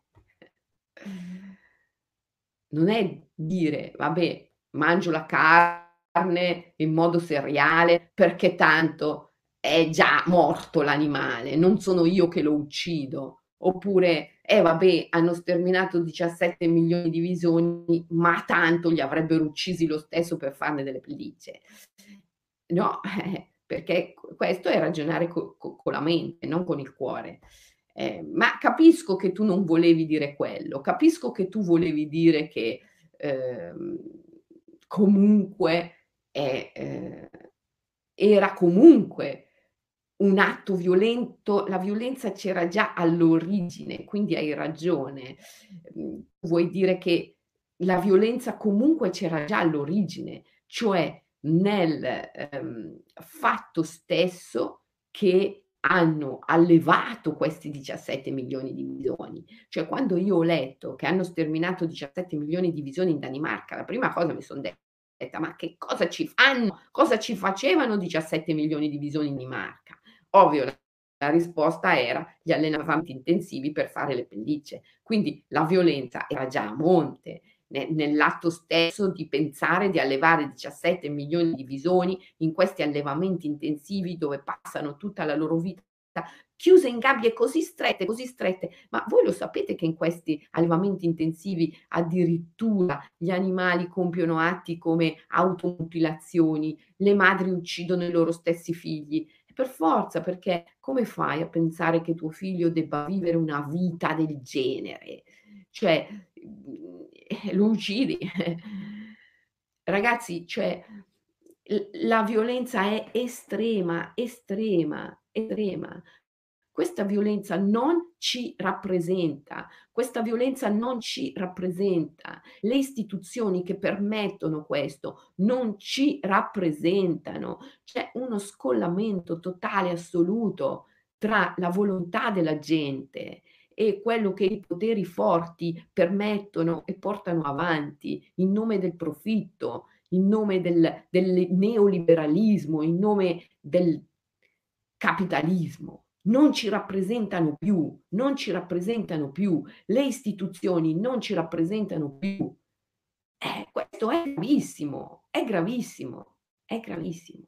non è dire: "Vabbè, mangio la carne in modo seriale perché tanto è già morto l'animale, non sono io che lo uccido." Oppure: "Eh vabbè, hanno sterminato diciassette milioni di visoni, ma tanto li avrebbero uccisi lo stesso per farne delle pellicce." No, eh, perché q questo è ragionare co co con la mente, non con il cuore. Ehm, ma capisco che tu non volevi dire quello, capisco che tu volevi dire che, ehm, comunque è ehm, era comunque un atto violento, la violenza c'era già all'origine, quindi hai ragione. Mhmm, vuoi dire che la violenza comunque c'era già all'origine, cioè nel, ehm, fatto stesso che hanno allevato questi diciassette milioni di visoni. Cioè quando io ho letto che hanno sterminato diciassette milioni di visoni in Danimarca, la prima cosa mi son detta: "Ma che cosa ci fanno? Cosa ci facevano diciassette milioni di visoni in Danimarca?" Ovvio la la risposta era gli allenamenti intensivi per fare le pellicce. Quindi la violenza era già a monte, ne nell'atto stesso di pensare di allevare diciassette milioni di visoni in questi allevamenti intensivi dove passano tutta la loro vita chiuse in gabbie così strette, così strette. Ma voi lo sapete che in questi allevamenti intensivi addirittura gli animali compiono atti come automutilazioni, le madri uccidono i loro stessi figli? Per forza, perché come fai a pensare che tuo figlio debba vivere una vita del genere? Cioè, mhmm, eh, lo uccidi. Ragazzi, cioè l la violenza è estrema, estrema, estrema. Questa violenza non ci rappresenta, questa violenza non ci rappresenta. Le istituzioni che permettono questo non ci rappresentano. C'è uno scollamento totale, assoluto tra la volontà della gente e quello che i poteri forti permettono e portano avanti in nome del profitto, in nome del del neoliberalismo, in nome del capitalismo. Non ci rappresentano più, non ci rappresentano più, le istituzioni non ci rappresentano più. Eh, questo è gravissimo, è gravissimo, è gravissimo.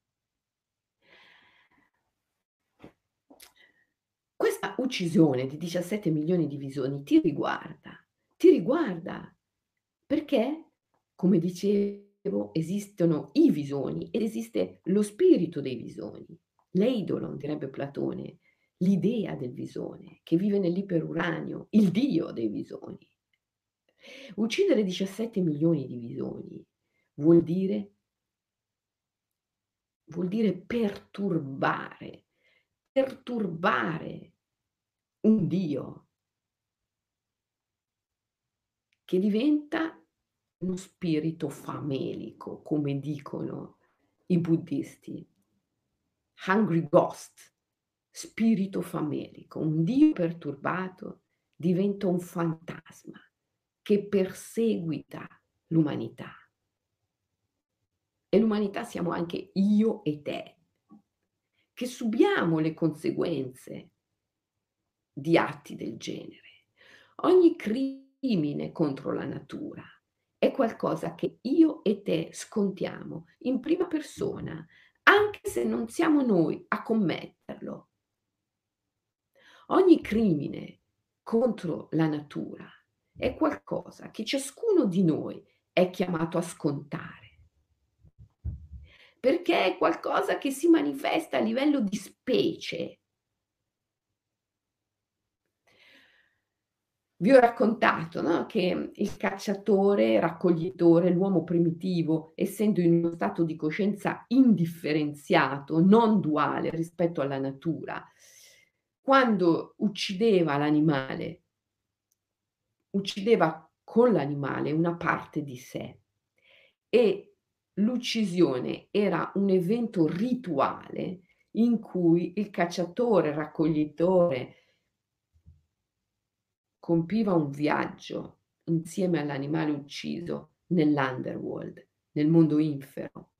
Questa uccisione di diciassette milioni di visoni ti riguarda, ti riguarda, perché, come dicevo, esistono i visoni ed esiste lo spirito dei visoni, l'eidolon, direbbe Platone, l'idea del visone che vive nell'iperuranio, il dio dei visoni. Uccidere diciassette milioni di visoni vuol dire vuol dire perturbare, perturbare un dio che diventa uno spirito famelico, come dicono i buddisti. Hungry ghost, spirito famelico. Un dio perturbato diventa un fantasma che perseguita l'umanità. E l'umanità siamo anche io e te, che subiamo le conseguenze di atti del genere. Ogni crimine contro la natura è qualcosa che io e te scontiamo in prima persona, anche se non siamo noi a commetterlo. Ogni crimine contro la natura è qualcosa che ciascuno di noi è chiamato a scontare. Perché è qualcosa che si manifesta a livello di specie. Vi ho raccontato, no, che il cacciatore, raccoglitore, l'uomo primitivo, essendo in uno stato di coscienza indifferenziato, non duale rispetto alla natura, quando uccideva l'animale, uccideva con l'animale una parte di sé e l'uccisione era un evento rituale in cui il cacciatore, raccoglitore compiva un viaggio insieme all'animale ucciso nell'underworld, nel mondo infero.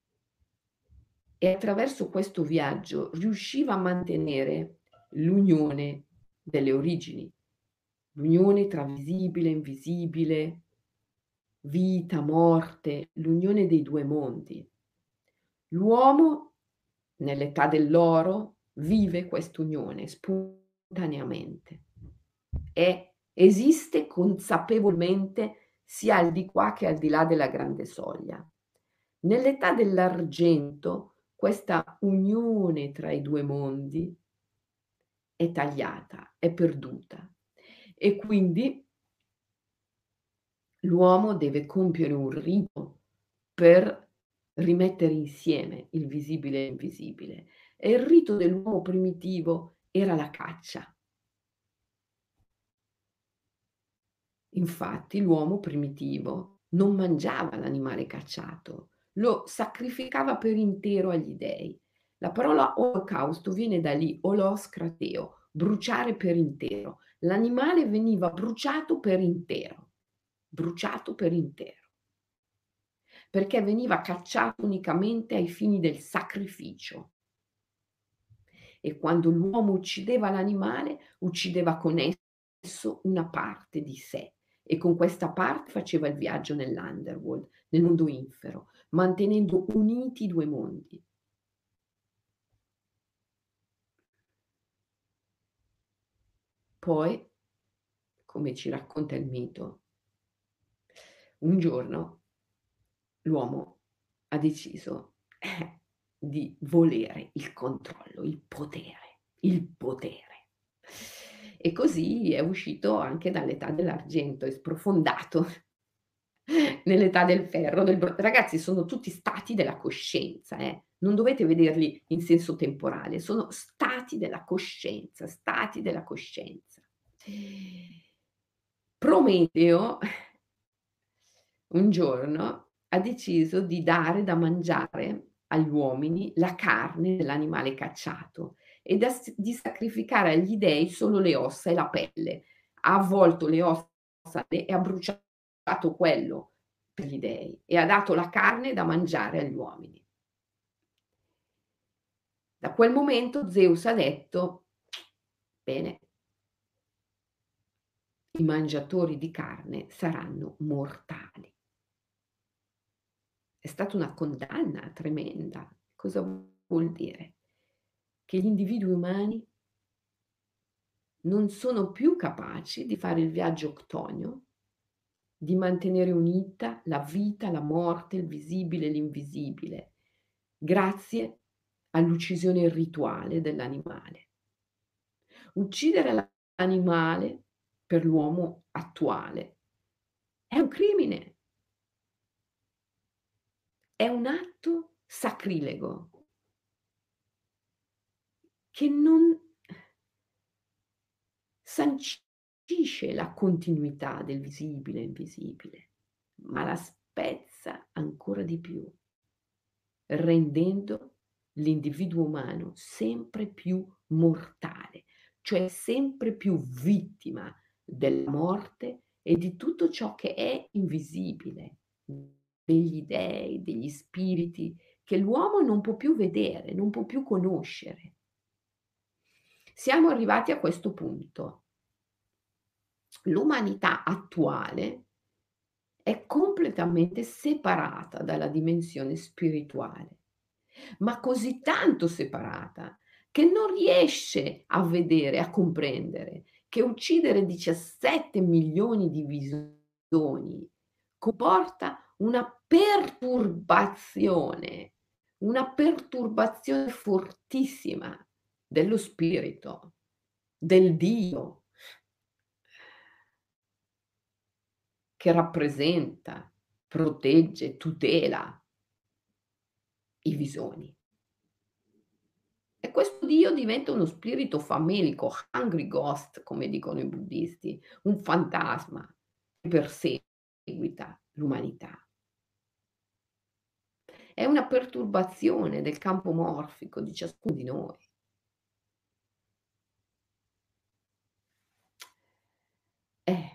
E attraverso questo viaggio riusciva a mantenere l'unione delle origini, l'unione tra visibile e invisibile, vita, morte, l'unione dei due mondi. L'uomo, nell'età dell'oro, vive quest'unione spontaneamente e esiste consapevolmente sia al di qua che al di là della grande soglia. Nell'età dell'argento questa unione tra i due mondi è tagliata, è perduta e quindi l'uomo deve compiere un rito per rimettere insieme il visibile e l'invisibile. E il rito dell'uomo primitivo era la caccia. Infatti l'uomo primitivo non mangiava l'animale cacciato, lo sacrificava per intero agli dei. La parola olocausto viene da lì, olos krateo, bruciare per intero. L'animale veniva bruciato per intero, bruciato per intero, perché veniva cacciato unicamente ai fini del sacrificio. E quando l'uomo uccideva l'animale, uccideva con esso una parte di sé e con questa parte faceva il viaggio nell'underworld, nel mondo infero, mantenendo uniti i due mondi. Poi, come ci racconta il mito, un giorno l'uomo ha deciso eh, di volere il controllo, il potere, il potere. E così è uscito anche dall'età dell'argento, è sprofondato nell'età del ferro, del bro ragazzi sono tutti stati della coscienza, eh, non dovete vederli in senso temporale, sono stati della coscienza, stati della coscienza. Prometeo un giorno ha deciso di dare da mangiare agli uomini la carne dell'animale cacciato e da s di sacrificare agli dei solo le ossa e la pelle. Ha avvolto le ossa e ha bruciato quello per gli dei e ha dato la carne da mangiare agli uomini. Da quel momento Zeus ha detto: "Bene, i mangiatori di carne saranno mortali." È stata una condanna tremenda. Cosa vuol dire? Che gli individui umani non sono più capaci di fare il viaggio octonio, di mantenere unita la vita, la morte, il visibile e l'invisibile, grazie all'uccisione rituale dell'animale. Uccidere la l'animale per l'uomo attuale è un crimine, è un atto sacrilego che non sancisce la continuità del visibile e invisibile, ma la spezza ancora di più, rendendo l'individuo umano sempre più mortale, cioè sempre più vittima della morte e di tutto ciò che è invisibile, degli dei, degli spiriti che l'uomo non può più vedere, non può più conoscere. Siamo arrivati a questo punto. L'umanità attuale è completamente separata dalla dimensione spirituale, ma così tanto separata che non riesce a vedere, a comprendere che uccidere diciassette milioni di visoni comporta una perturbazione, una perturbazione fortissima dello spirito, del Dio che rappresenta, protegge, tutela i visoni. E questo Dio diventa uno spirito famelico, hungry ghost, come dicono i buddisti, un fantasma che perseguita l'umanità. È una perturbazione del campo morfico di ciascuno di noi. Eh.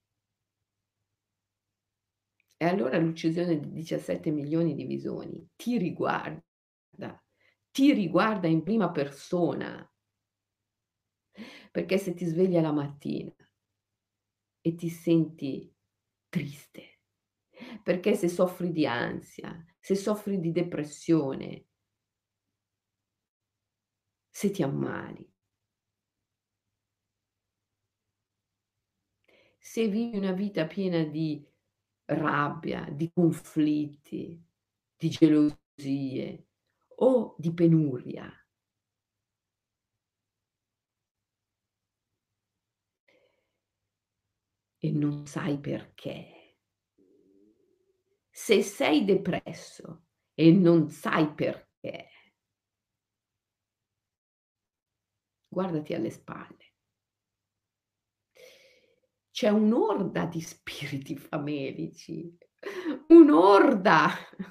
E allora l'uccisione di diciassette milioni di visoni ti riguarda, ti riguarda in prima persona, perché se ti svegli alla mattina e ti senti triste, perché se soffri di ansia, se soffri di depressione, se ti ammali, se vivi una vita piena di rabbia, di conflitti, di gelosie o di penuria, e non sai perché. Se sei depresso e non sai perché, guardati alle spalle. C'è un'orda di spiriti famelici, un'orda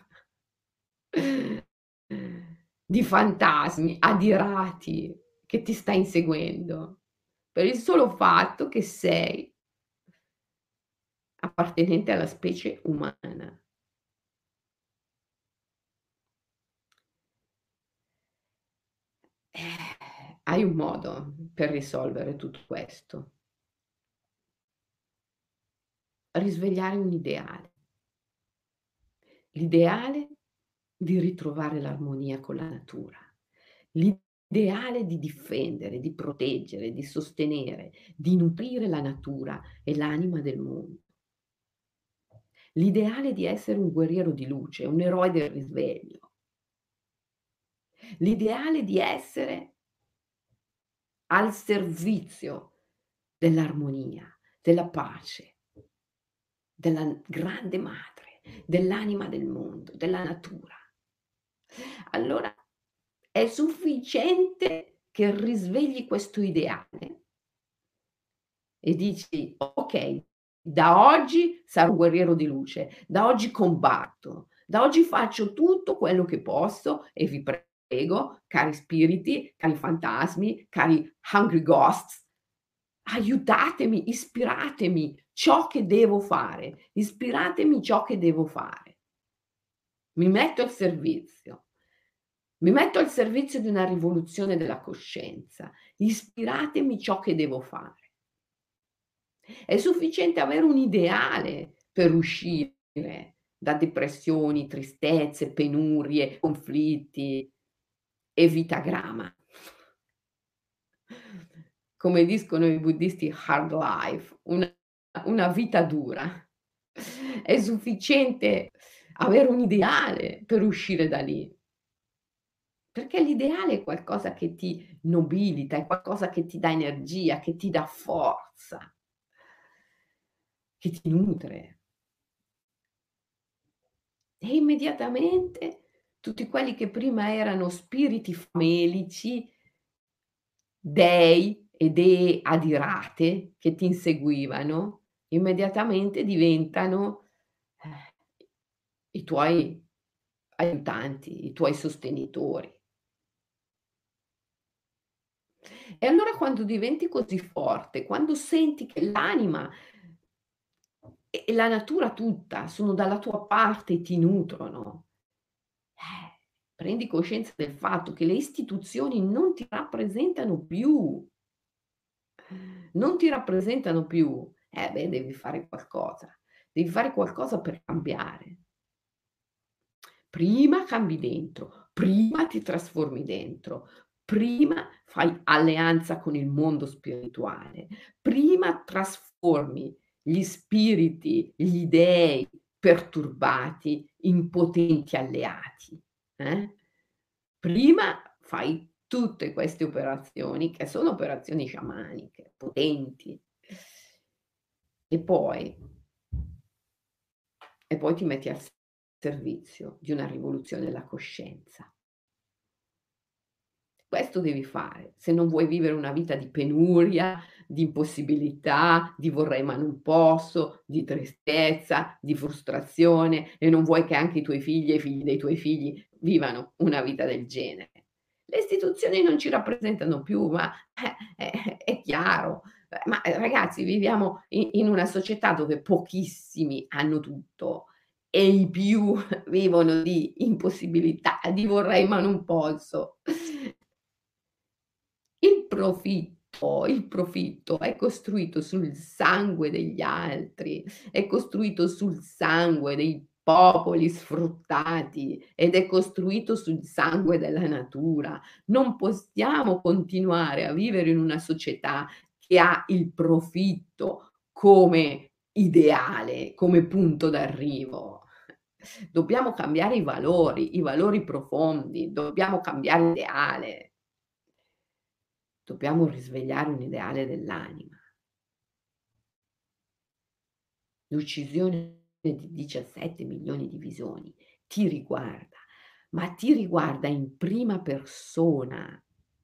di fantasmi adirati che ti sta inseguendo, per il solo fatto che sei appartenente alla specie umana. Eh, hai un modo per risolvere tutto questo: risvegliare un ideale. L'ideale di ritrovare l'armonia con la natura, l'ideale di difendere, di proteggere, di sostenere, di nutrire la natura e l'anima del mondo. L'ideale di essere un guerriero di luce, un eroe del risveglio. L'ideale di essere al servizio dell'armonia, della pace, della n grande madre, dell'anima del mondo, della natura. Allora è sufficiente che risvegli questo ideale e dici: "Okay, da oggi sarò un guerriero di luce, da oggi combatto, da oggi faccio tutto quello che posso" e vi prego, cari spiriti, cari fantasmi, cari hungry ghosts, aiutatemi, ispiratemi ciò che devo fare, ispiratemi ciò che devo fare. Mi metto al servizio. Mi metto al servizio di una rivoluzione della coscienza. Ispiratemi ciò che devo fare. È sufficiente avere un ideale per uscire da depressioni, tristezze, penurie, conflitti e vitagrama. Come dicono i buddisti hard life, una una vita dura. È sufficiente avere un ideale per uscire da lì. Perché l'ideale è qualcosa che ti nobilita, è qualcosa che ti dà energia, che ti dà forza, che ti nutre. E immediatamente tutti quelli che prima erano spiriti famelici, dei e dee adirate che ti inseguivano, immediatamente diventano, eh, i tuoi aiutanti, i tuoi sostenitori. E allora quando diventi così forte, quando senti che l'anima e e la natura tutta sono dalla tua parte e ti nutrono, eh, prendi coscienza del fatto che le istituzioni non ti rappresentano più, non ti rappresentano più. Eh beh, devi fare qualcosa, devi fare qualcosa per cambiare. Prima cambi dentro, prima ti trasformi dentro, prima fai alleanza con il mondo spirituale, prima trasformi gli spiriti, gli dei perturbati in potenti alleati, eh. Prima fai tutte queste operazioni che sono operazioni sciamaniche, potenti, e poi e poi ti metti al s servizio di una rivoluzione della coscienza. Questo devi fare, se non vuoi vivere una vita di penuria, di impossibilità, di vorrei ma non posso, di tristezza, di frustrazione e non vuoi che anche i tuoi figli e i figli dei tuoi figli vivano una vita del genere. Le istituzioni non ci rappresentano più, ma eh, è è chiaro. Eh, ma, ehm, ragazzi, viviamo i in una società dove pochissimi hanno tutto e i più vivono di impossibilità, di vorrei ma non posso. Il profitto il profitto è costruito sul sangue degli altri, è costruito sul sangue dei popoli sfruttati ed è costruito sul sangue della natura. Non possiamo continuare a vivere in una società che ha il profitto come ideale, come punto d'arrivo. Dobbiamo cambiare i valori, i valori profondi, dobbiamo cambiare ideale. Dobbiamo risvegliare un ideale dell'anima. L'uccisione di diciassette milioni di visoni ti riguarda, ma ti riguarda in prima persona.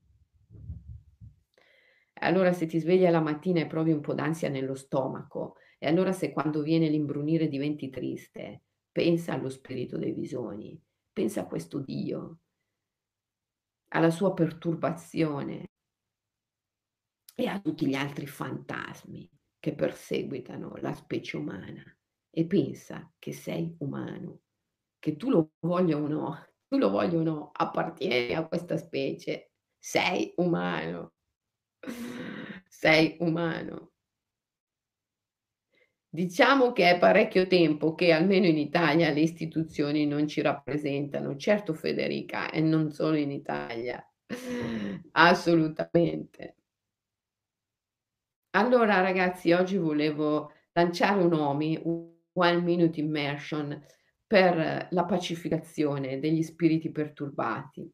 E allora se ti svegli alla mattina e provi un po' d'ansia nello stomaco, e allora se quando viene l'imbrunire diventi triste, pensa allo spirito dei visoni, pensa a questo Dio, alla sua perturbazione e a tutti gli altri fantasmi che perseguitano la specie umana e pensa che sei umano, che tu lo voglia o no, tu lo voglia o no, appartieni a questa specie, sei umano, sei umano. Diciamo che è parecchio tempo che, almeno in Italia, le istituzioni non ci rappresentano. Certo Federica, e non solo in Italia. Assolutamente. Allora ragazzi, oggi volevo lanciare un OMI, un one minute immersion per la pacificazione degli spiriti perturbati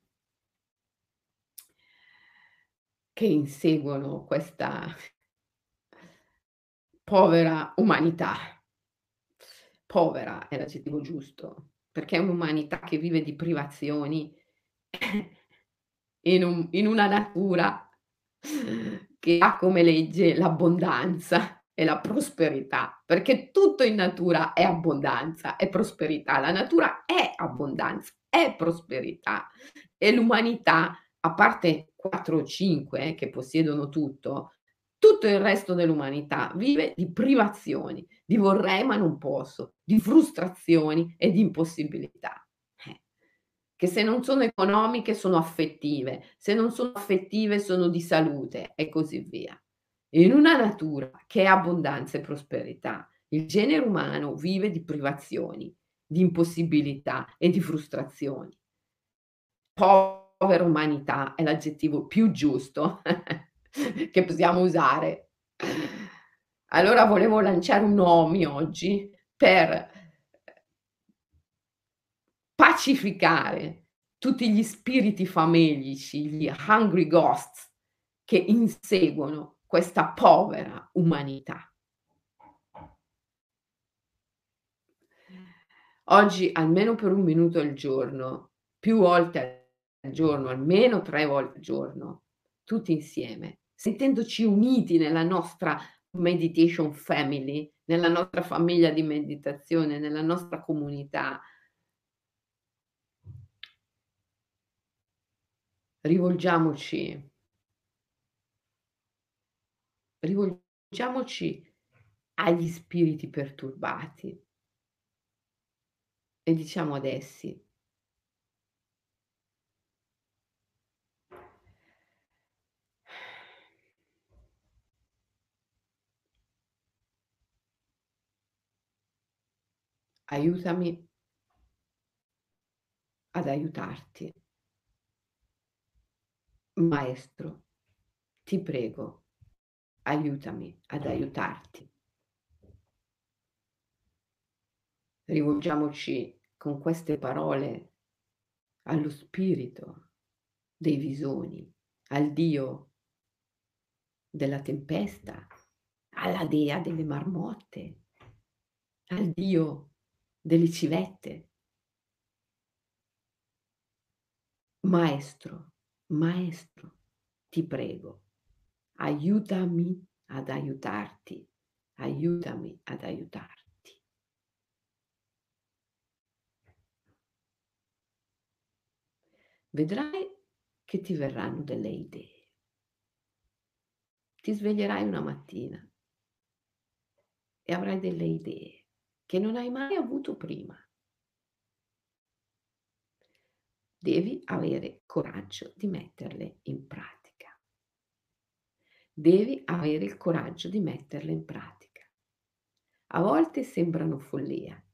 che inseguono questa povera umanità. Povera è l'aggettivo giusto, perché è un'umanità che vive di privazioni in un in una natura che ha come legge l'abbondanza e la prosperità, perché tutto in natura è abbondanza, è prosperità. La natura è abbondanza, è prosperità e l'umanità, a parte quattro o cinque che possiedono tutto, tutto il resto dell'umanità vive di privazioni, di vorrei ma non posso, di frustrazioni e di impossibilità. Eh, che se non sono economiche sono affettive, se non sono affettive sono di salute e così via. In una natura che è abbondanza e prosperità, il genere umano vive di privazioni, di impossibilità e di frustrazioni. Povera umanità è l'aggettivo più giusto che possiamo usare. Allora volevo lanciare un nomi oggi per pacificare tutti gli spiriti famelici, gli hungry ghosts che inseguono questa povera umanità. Oggi, almeno per un minuto al giorno, più volte al giorno, almeno tre volte al giorno, tutti insieme, sentendoci uniti nella nostra meditation family, nella nostra famiglia di meditazione, nella nostra comunità rivolgiamoci rivolgiamoci agli spiriti perturbati e diciamo ad essi: "Aiutami ad aiutarti. Maestro, ti prego, aiutami ad aiutarti." Rivolgiamoci con queste parole allo spirito dei visoni, al dio della tempesta, alla dea delle marmotte, al dio delle civette. Maestro, maestro, ti prego, aiutami ad aiutarti, aiutami ad aiutarti. Vedrai che ti verranno delle idee. Ti sveglierai una mattina e avrai delle idee che non hai mai avuto prima. Devi avere coraggio di metterle in pratica. Devi avere il coraggio di metterle in pratica. A volte sembrano follia,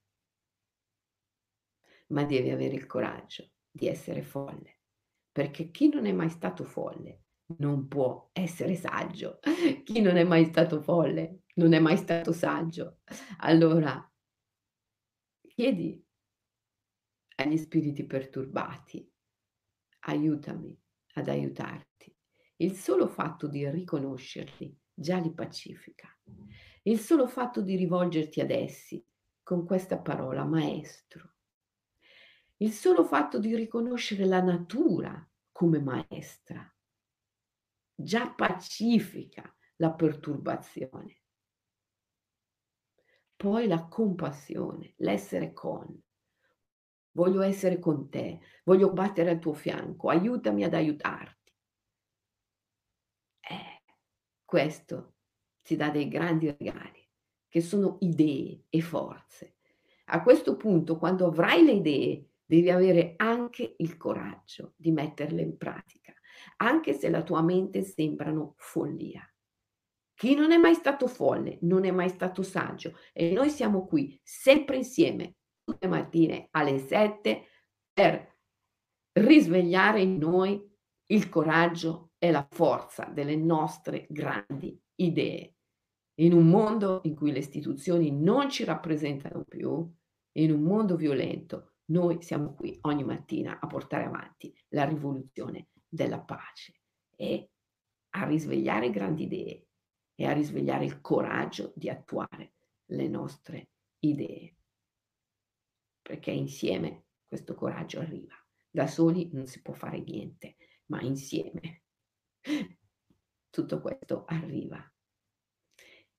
ma devi avere il coraggio di essere folle, perché chi non è mai stato folle non può essere saggio. Chi non è mai stato folle non è mai stato saggio. Allora chiedi agli spiriti perturbati: aiutami ad aiutarti. Il solo fatto di riconoscerli già li pacifica. Il solo fatto di rivolgerti ad essi con questa parola maestro. Il solo fatto di riconoscere la natura come maestra già pacifica la perturbazione. Poi la compassione, l'essere con. Voglio essere con te, voglio battere al tuo fianco, aiutami ad aiutarti. Eh, questo ti dà dei grandi regali, che sono idee e forze. A questo punto, quando avrai le idee, devi avere anche il coraggio di metterle in pratica, anche se la tua mente sembrano follia. Chi non è mai stato folle, non è mai stato saggio e noi siamo qui sempre insieme, tutte le mattine alle sette per risvegliare in noi il coraggio e la forza delle nostre grandi idee. In un mondo in cui le istituzioni non ci rappresentano più, in un mondo violento, noi siamo qui ogni mattina a portare avanti la rivoluzione della pace e a risvegliare grandi idee e a risvegliare il coraggio di attuare le nostre idee. Perché insieme questo coraggio arriva. Da soli non si può fare niente, ma insieme tutto questo arriva.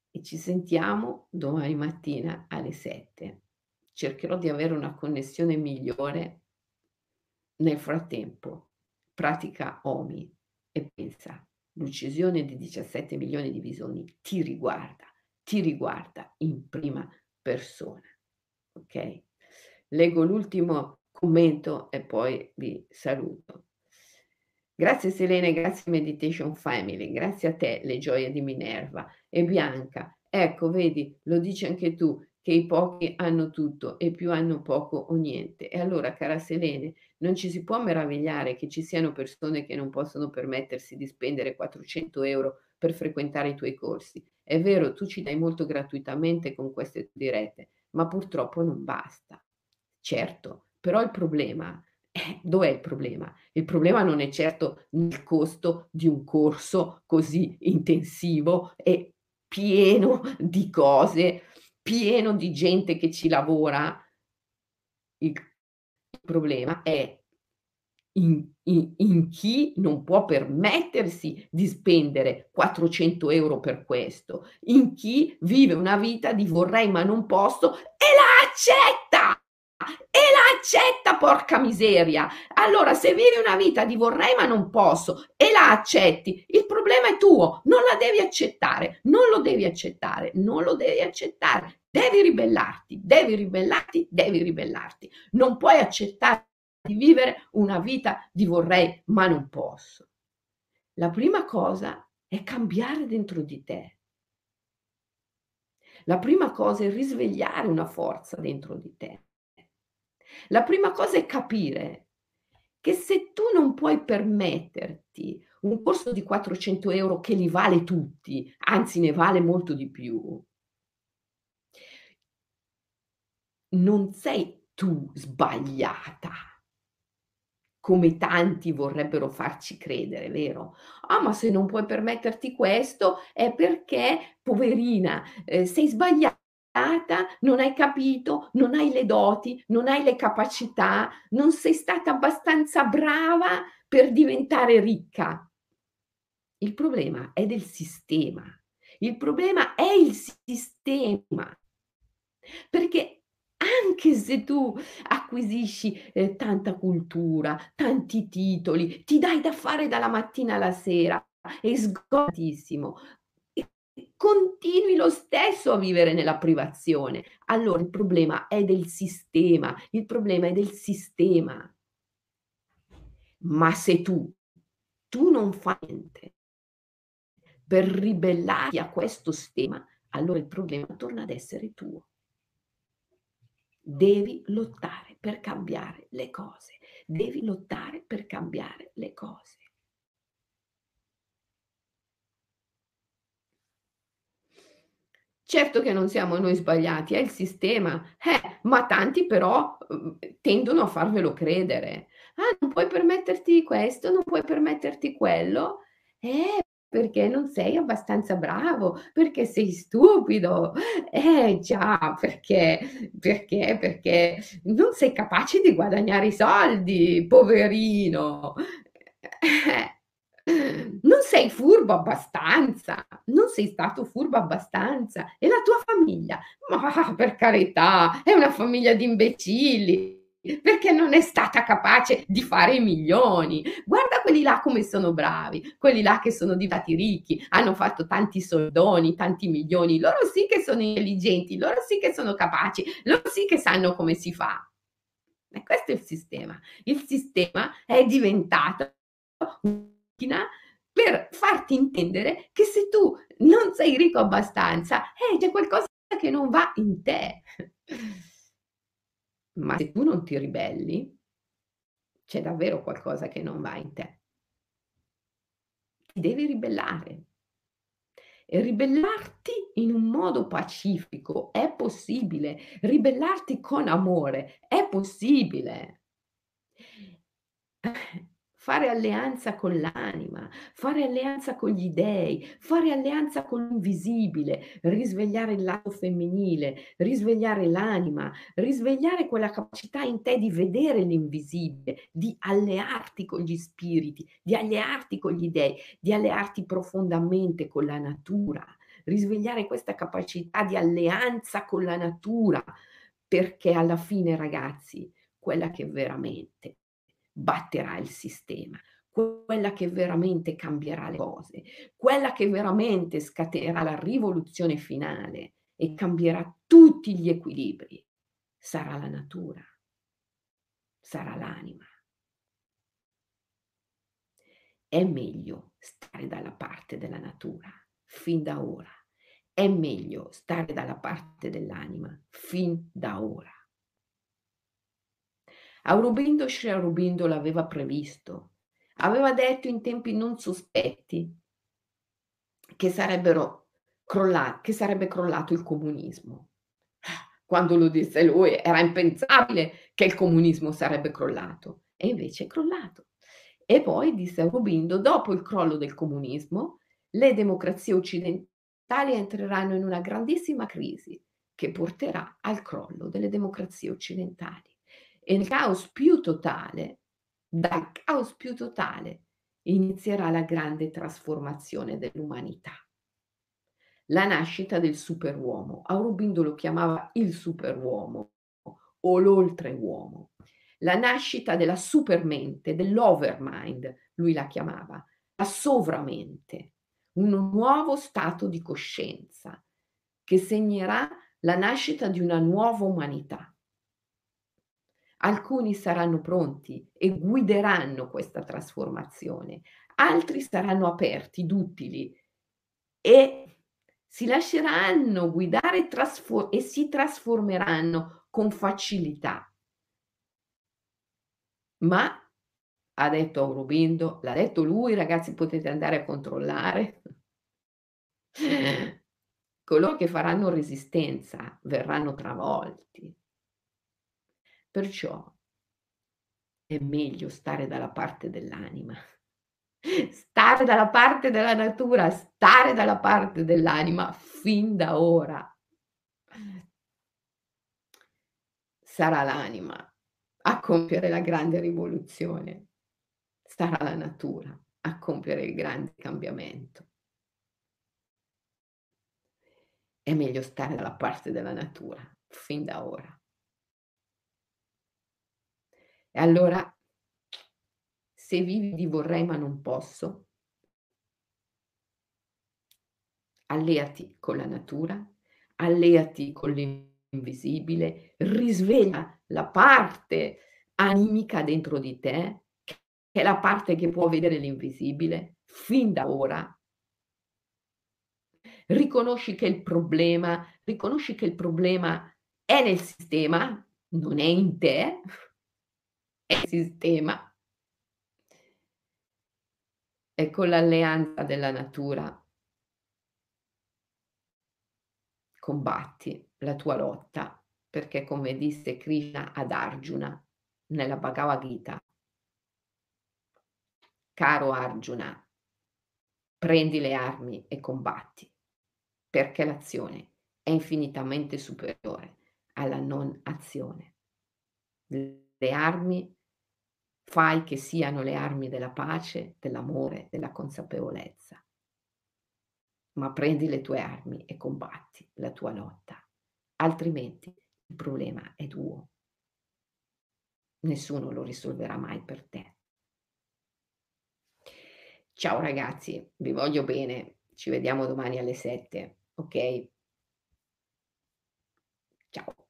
e ci sentiamo domani mattina alle sette. Cercherò di avere una connessione migliore. Nel frattempo, pratica Omi e pensa: l'uccisione di diciassette milioni di visoni ti riguarda, ti riguarda in prima persona, okay? Leggo l'ultimo commento e poi vi saluto. Grazie Selene, grazie Meditation Family, grazie a te le gioie di Minerva e Bianca. Ecco, vedi, lo dici anche tu, che i pochi hanno tutto e i più hanno poco o niente. E allora, cara Selene, non ci si può meravigliare che ci siano persone che non possono permettersi di spendere quattrocento euro per frequentare i tuoi corsi. È vero, tu ci dai molto gratuitamente con queste dirette, ma purtroppo non basta. Certo, però il problema eh, dov'è il problema? Il problema non è certo nel costo di un corso così intensivo e pieno di cose, pieno di gente che ci lavora. Il il problema è in in in chi non può permettersi di spendere quattrocento euro per questo, in chi vive una vita di vorrei ma non posso e la accetta! E la accetta, porca miseria! Allora se vivi una vita di vorrei ma non posso e la accetti, il problema è tuo, non la devi accettare, non lo devi accettare, non lo devi accettare. Devi ribellarti, devi ribellarti, devi ribellarti. Non puoi accettare di vivere una vita di vorrei ma non posso. La prima cosa è cambiare dentro di te. La prima cosa è risvegliare una forza dentro di te. La prima cosa è capire che se tu non puoi permetterti un corso di quattrocento euro che li vale tutti, anzi ne vale molto di più, non sei tu sbagliata. Come tanti vorrebbero farci credere, vero? "Ah, ma se non puoi permetterti questo è perché, poverina, ehm, sei sbagliata, non hai capito, non hai le doti, non hai le capacità, non sei stata abbastanza brava per diventare ricca." Il problema è del sistema. Il problema è il sistema. Perché anche se tu acquisisci, ehm, tanta cultura, tanti titoli, ti dai da fare dalla mattina alla sera e sgolatissimo e e continui lo stesso a vivere nella privazione, allora il problema è del sistema, il problema è del sistema. Ma se tu, tu non fai niente per ribellarti a questo sistema, allora il problema torna ad essere tuo. Devi lottare per cambiare le cose, devi lottare per cambiare le cose. Certo che non siamo noi sbagliati, è il sistema, eh, ma tanti però, uhm, tendono a farvelo credere. "Ah, non puoi permetterti questo, non puoi permetterti quello, eh, perché non sei abbastanza bravo, perché sei stupido. Eh già, perché perché perché non sei capace di guadagnare i soldi, poverino. Eh. Non sei furbo abbastanza, non sei stato furbo abbastanza. E la tua famiglia? Ma per carità, è una famiglia di imbecilli, perché non è stata capace di fare i milioni. Guarda quelli là come sono bravi, quelli là che sono diventati ricchi, hanno fatto tanti soldoni, tanti milioni. Loro sì che sono intelligenti, loro sì che sono capaci, loro sì che sanno come si fa. E questo è il sistema. Il sistema è diventato macchina per farti intendere che se tu non sei ricco abbastanza, eh, c'è qualcosa che non va in te. Ma se tu non ti ribelli, c'è davvero qualcosa che non va in te. Ti devi ribellare. E ribellarti in un modo pacifico è possibile. Ribellarti con amore è possibile. Fare alleanza con l'anima, fare alleanza con gli dèi, fare alleanza con l'invisibile, risvegliare il lato femminile, risvegliare l'anima, risvegliare quella capacità in te di vedere l'invisibile, di allearti con gli spiriti, di allearti con gli dèi, di allearti profondamente con la natura, risvegliare questa capacità di alleanza con la natura, perché alla fine ragazzi, quella che veramente batterà il sistema, quella che veramente cambierà le cose, quella che veramente scatenerà la rivoluzione finale e cambierà tutti gli equilibri, sarà la natura, sarà l'anima. È meglio stare dalla parte della natura, fin da ora. È meglio stare dalla parte dell'anima, fin da ora. Aurobindo Sri Aurobindo l'aveva previsto. Aveva detto in tempi non sospetti che sarebbero crolla che sarebbe crollato il comunismo. Quando lo disse lui era impensabile che il comunismo sarebbe crollato e invece è crollato. E poi disse Aurobindo: "Dopo il crollo del comunismo, le democrazie occidentali entreranno in una grandissima crisi che porterà al crollo delle democrazie occidentali. E nel caos più totale, dal caos più totale, inizierà la grande trasformazione dell'umanità." La nascita del superuomo. Aurobindo lo chiamava il superuomo o l'oltreuomo. La nascita della supermente, dell'overmind, lui la chiamava, la sovramente, un nuovo stato di coscienza che segnerà la nascita di una nuova umanità. Alcuni saranno pronti e guideranno questa trasformazione, altri saranno aperti, duttili e si lasceranno guidare trasfo e si trasformeranno con facilità. Ma, ha detto Aurobindo, l'ha detto lui, ragazzi, potete andare a controllare, coloro che faranno resistenza verranno travolti. Perciò è meglio stare dalla parte dell'anima, stare dalla parte della natura, stare dalla parte dell'anima fin da ora. Sarà l'anima a compiere la grande rivoluzione, sarà la natura a compiere il grande cambiamento. È meglio stare dalla parte della natura, fin da ora. E allora, se vivi di vorrei ma non posso, alleati con la natura, alleati con l'invisibile, risveglia la parte animica dentro di te, che è la parte che può vedere l'invisibile, fin da ora. Riconosci che il problema riconosci che il problema è nel sistema, non è in te, è il sistema. E con l'alleanza della natura combatti la tua lotta, perché come disse Krishna ad Arjuna nella Bhagavad Gita: "Caro Arjuna, prendi le armi e combatti, perché l'azione è infinitamente superiore alla non azione. Le armi fai che siano le armi della pace, dell'amore, della consapevolezza, ma prendi le tue armi e combatti la tua lotta, altrimenti il problema è tuo. Nessuno lo risolverà mai per te." Ciao ragazzi, vi voglio bene. Ci vediamo domani alle sette, okay? Ciao.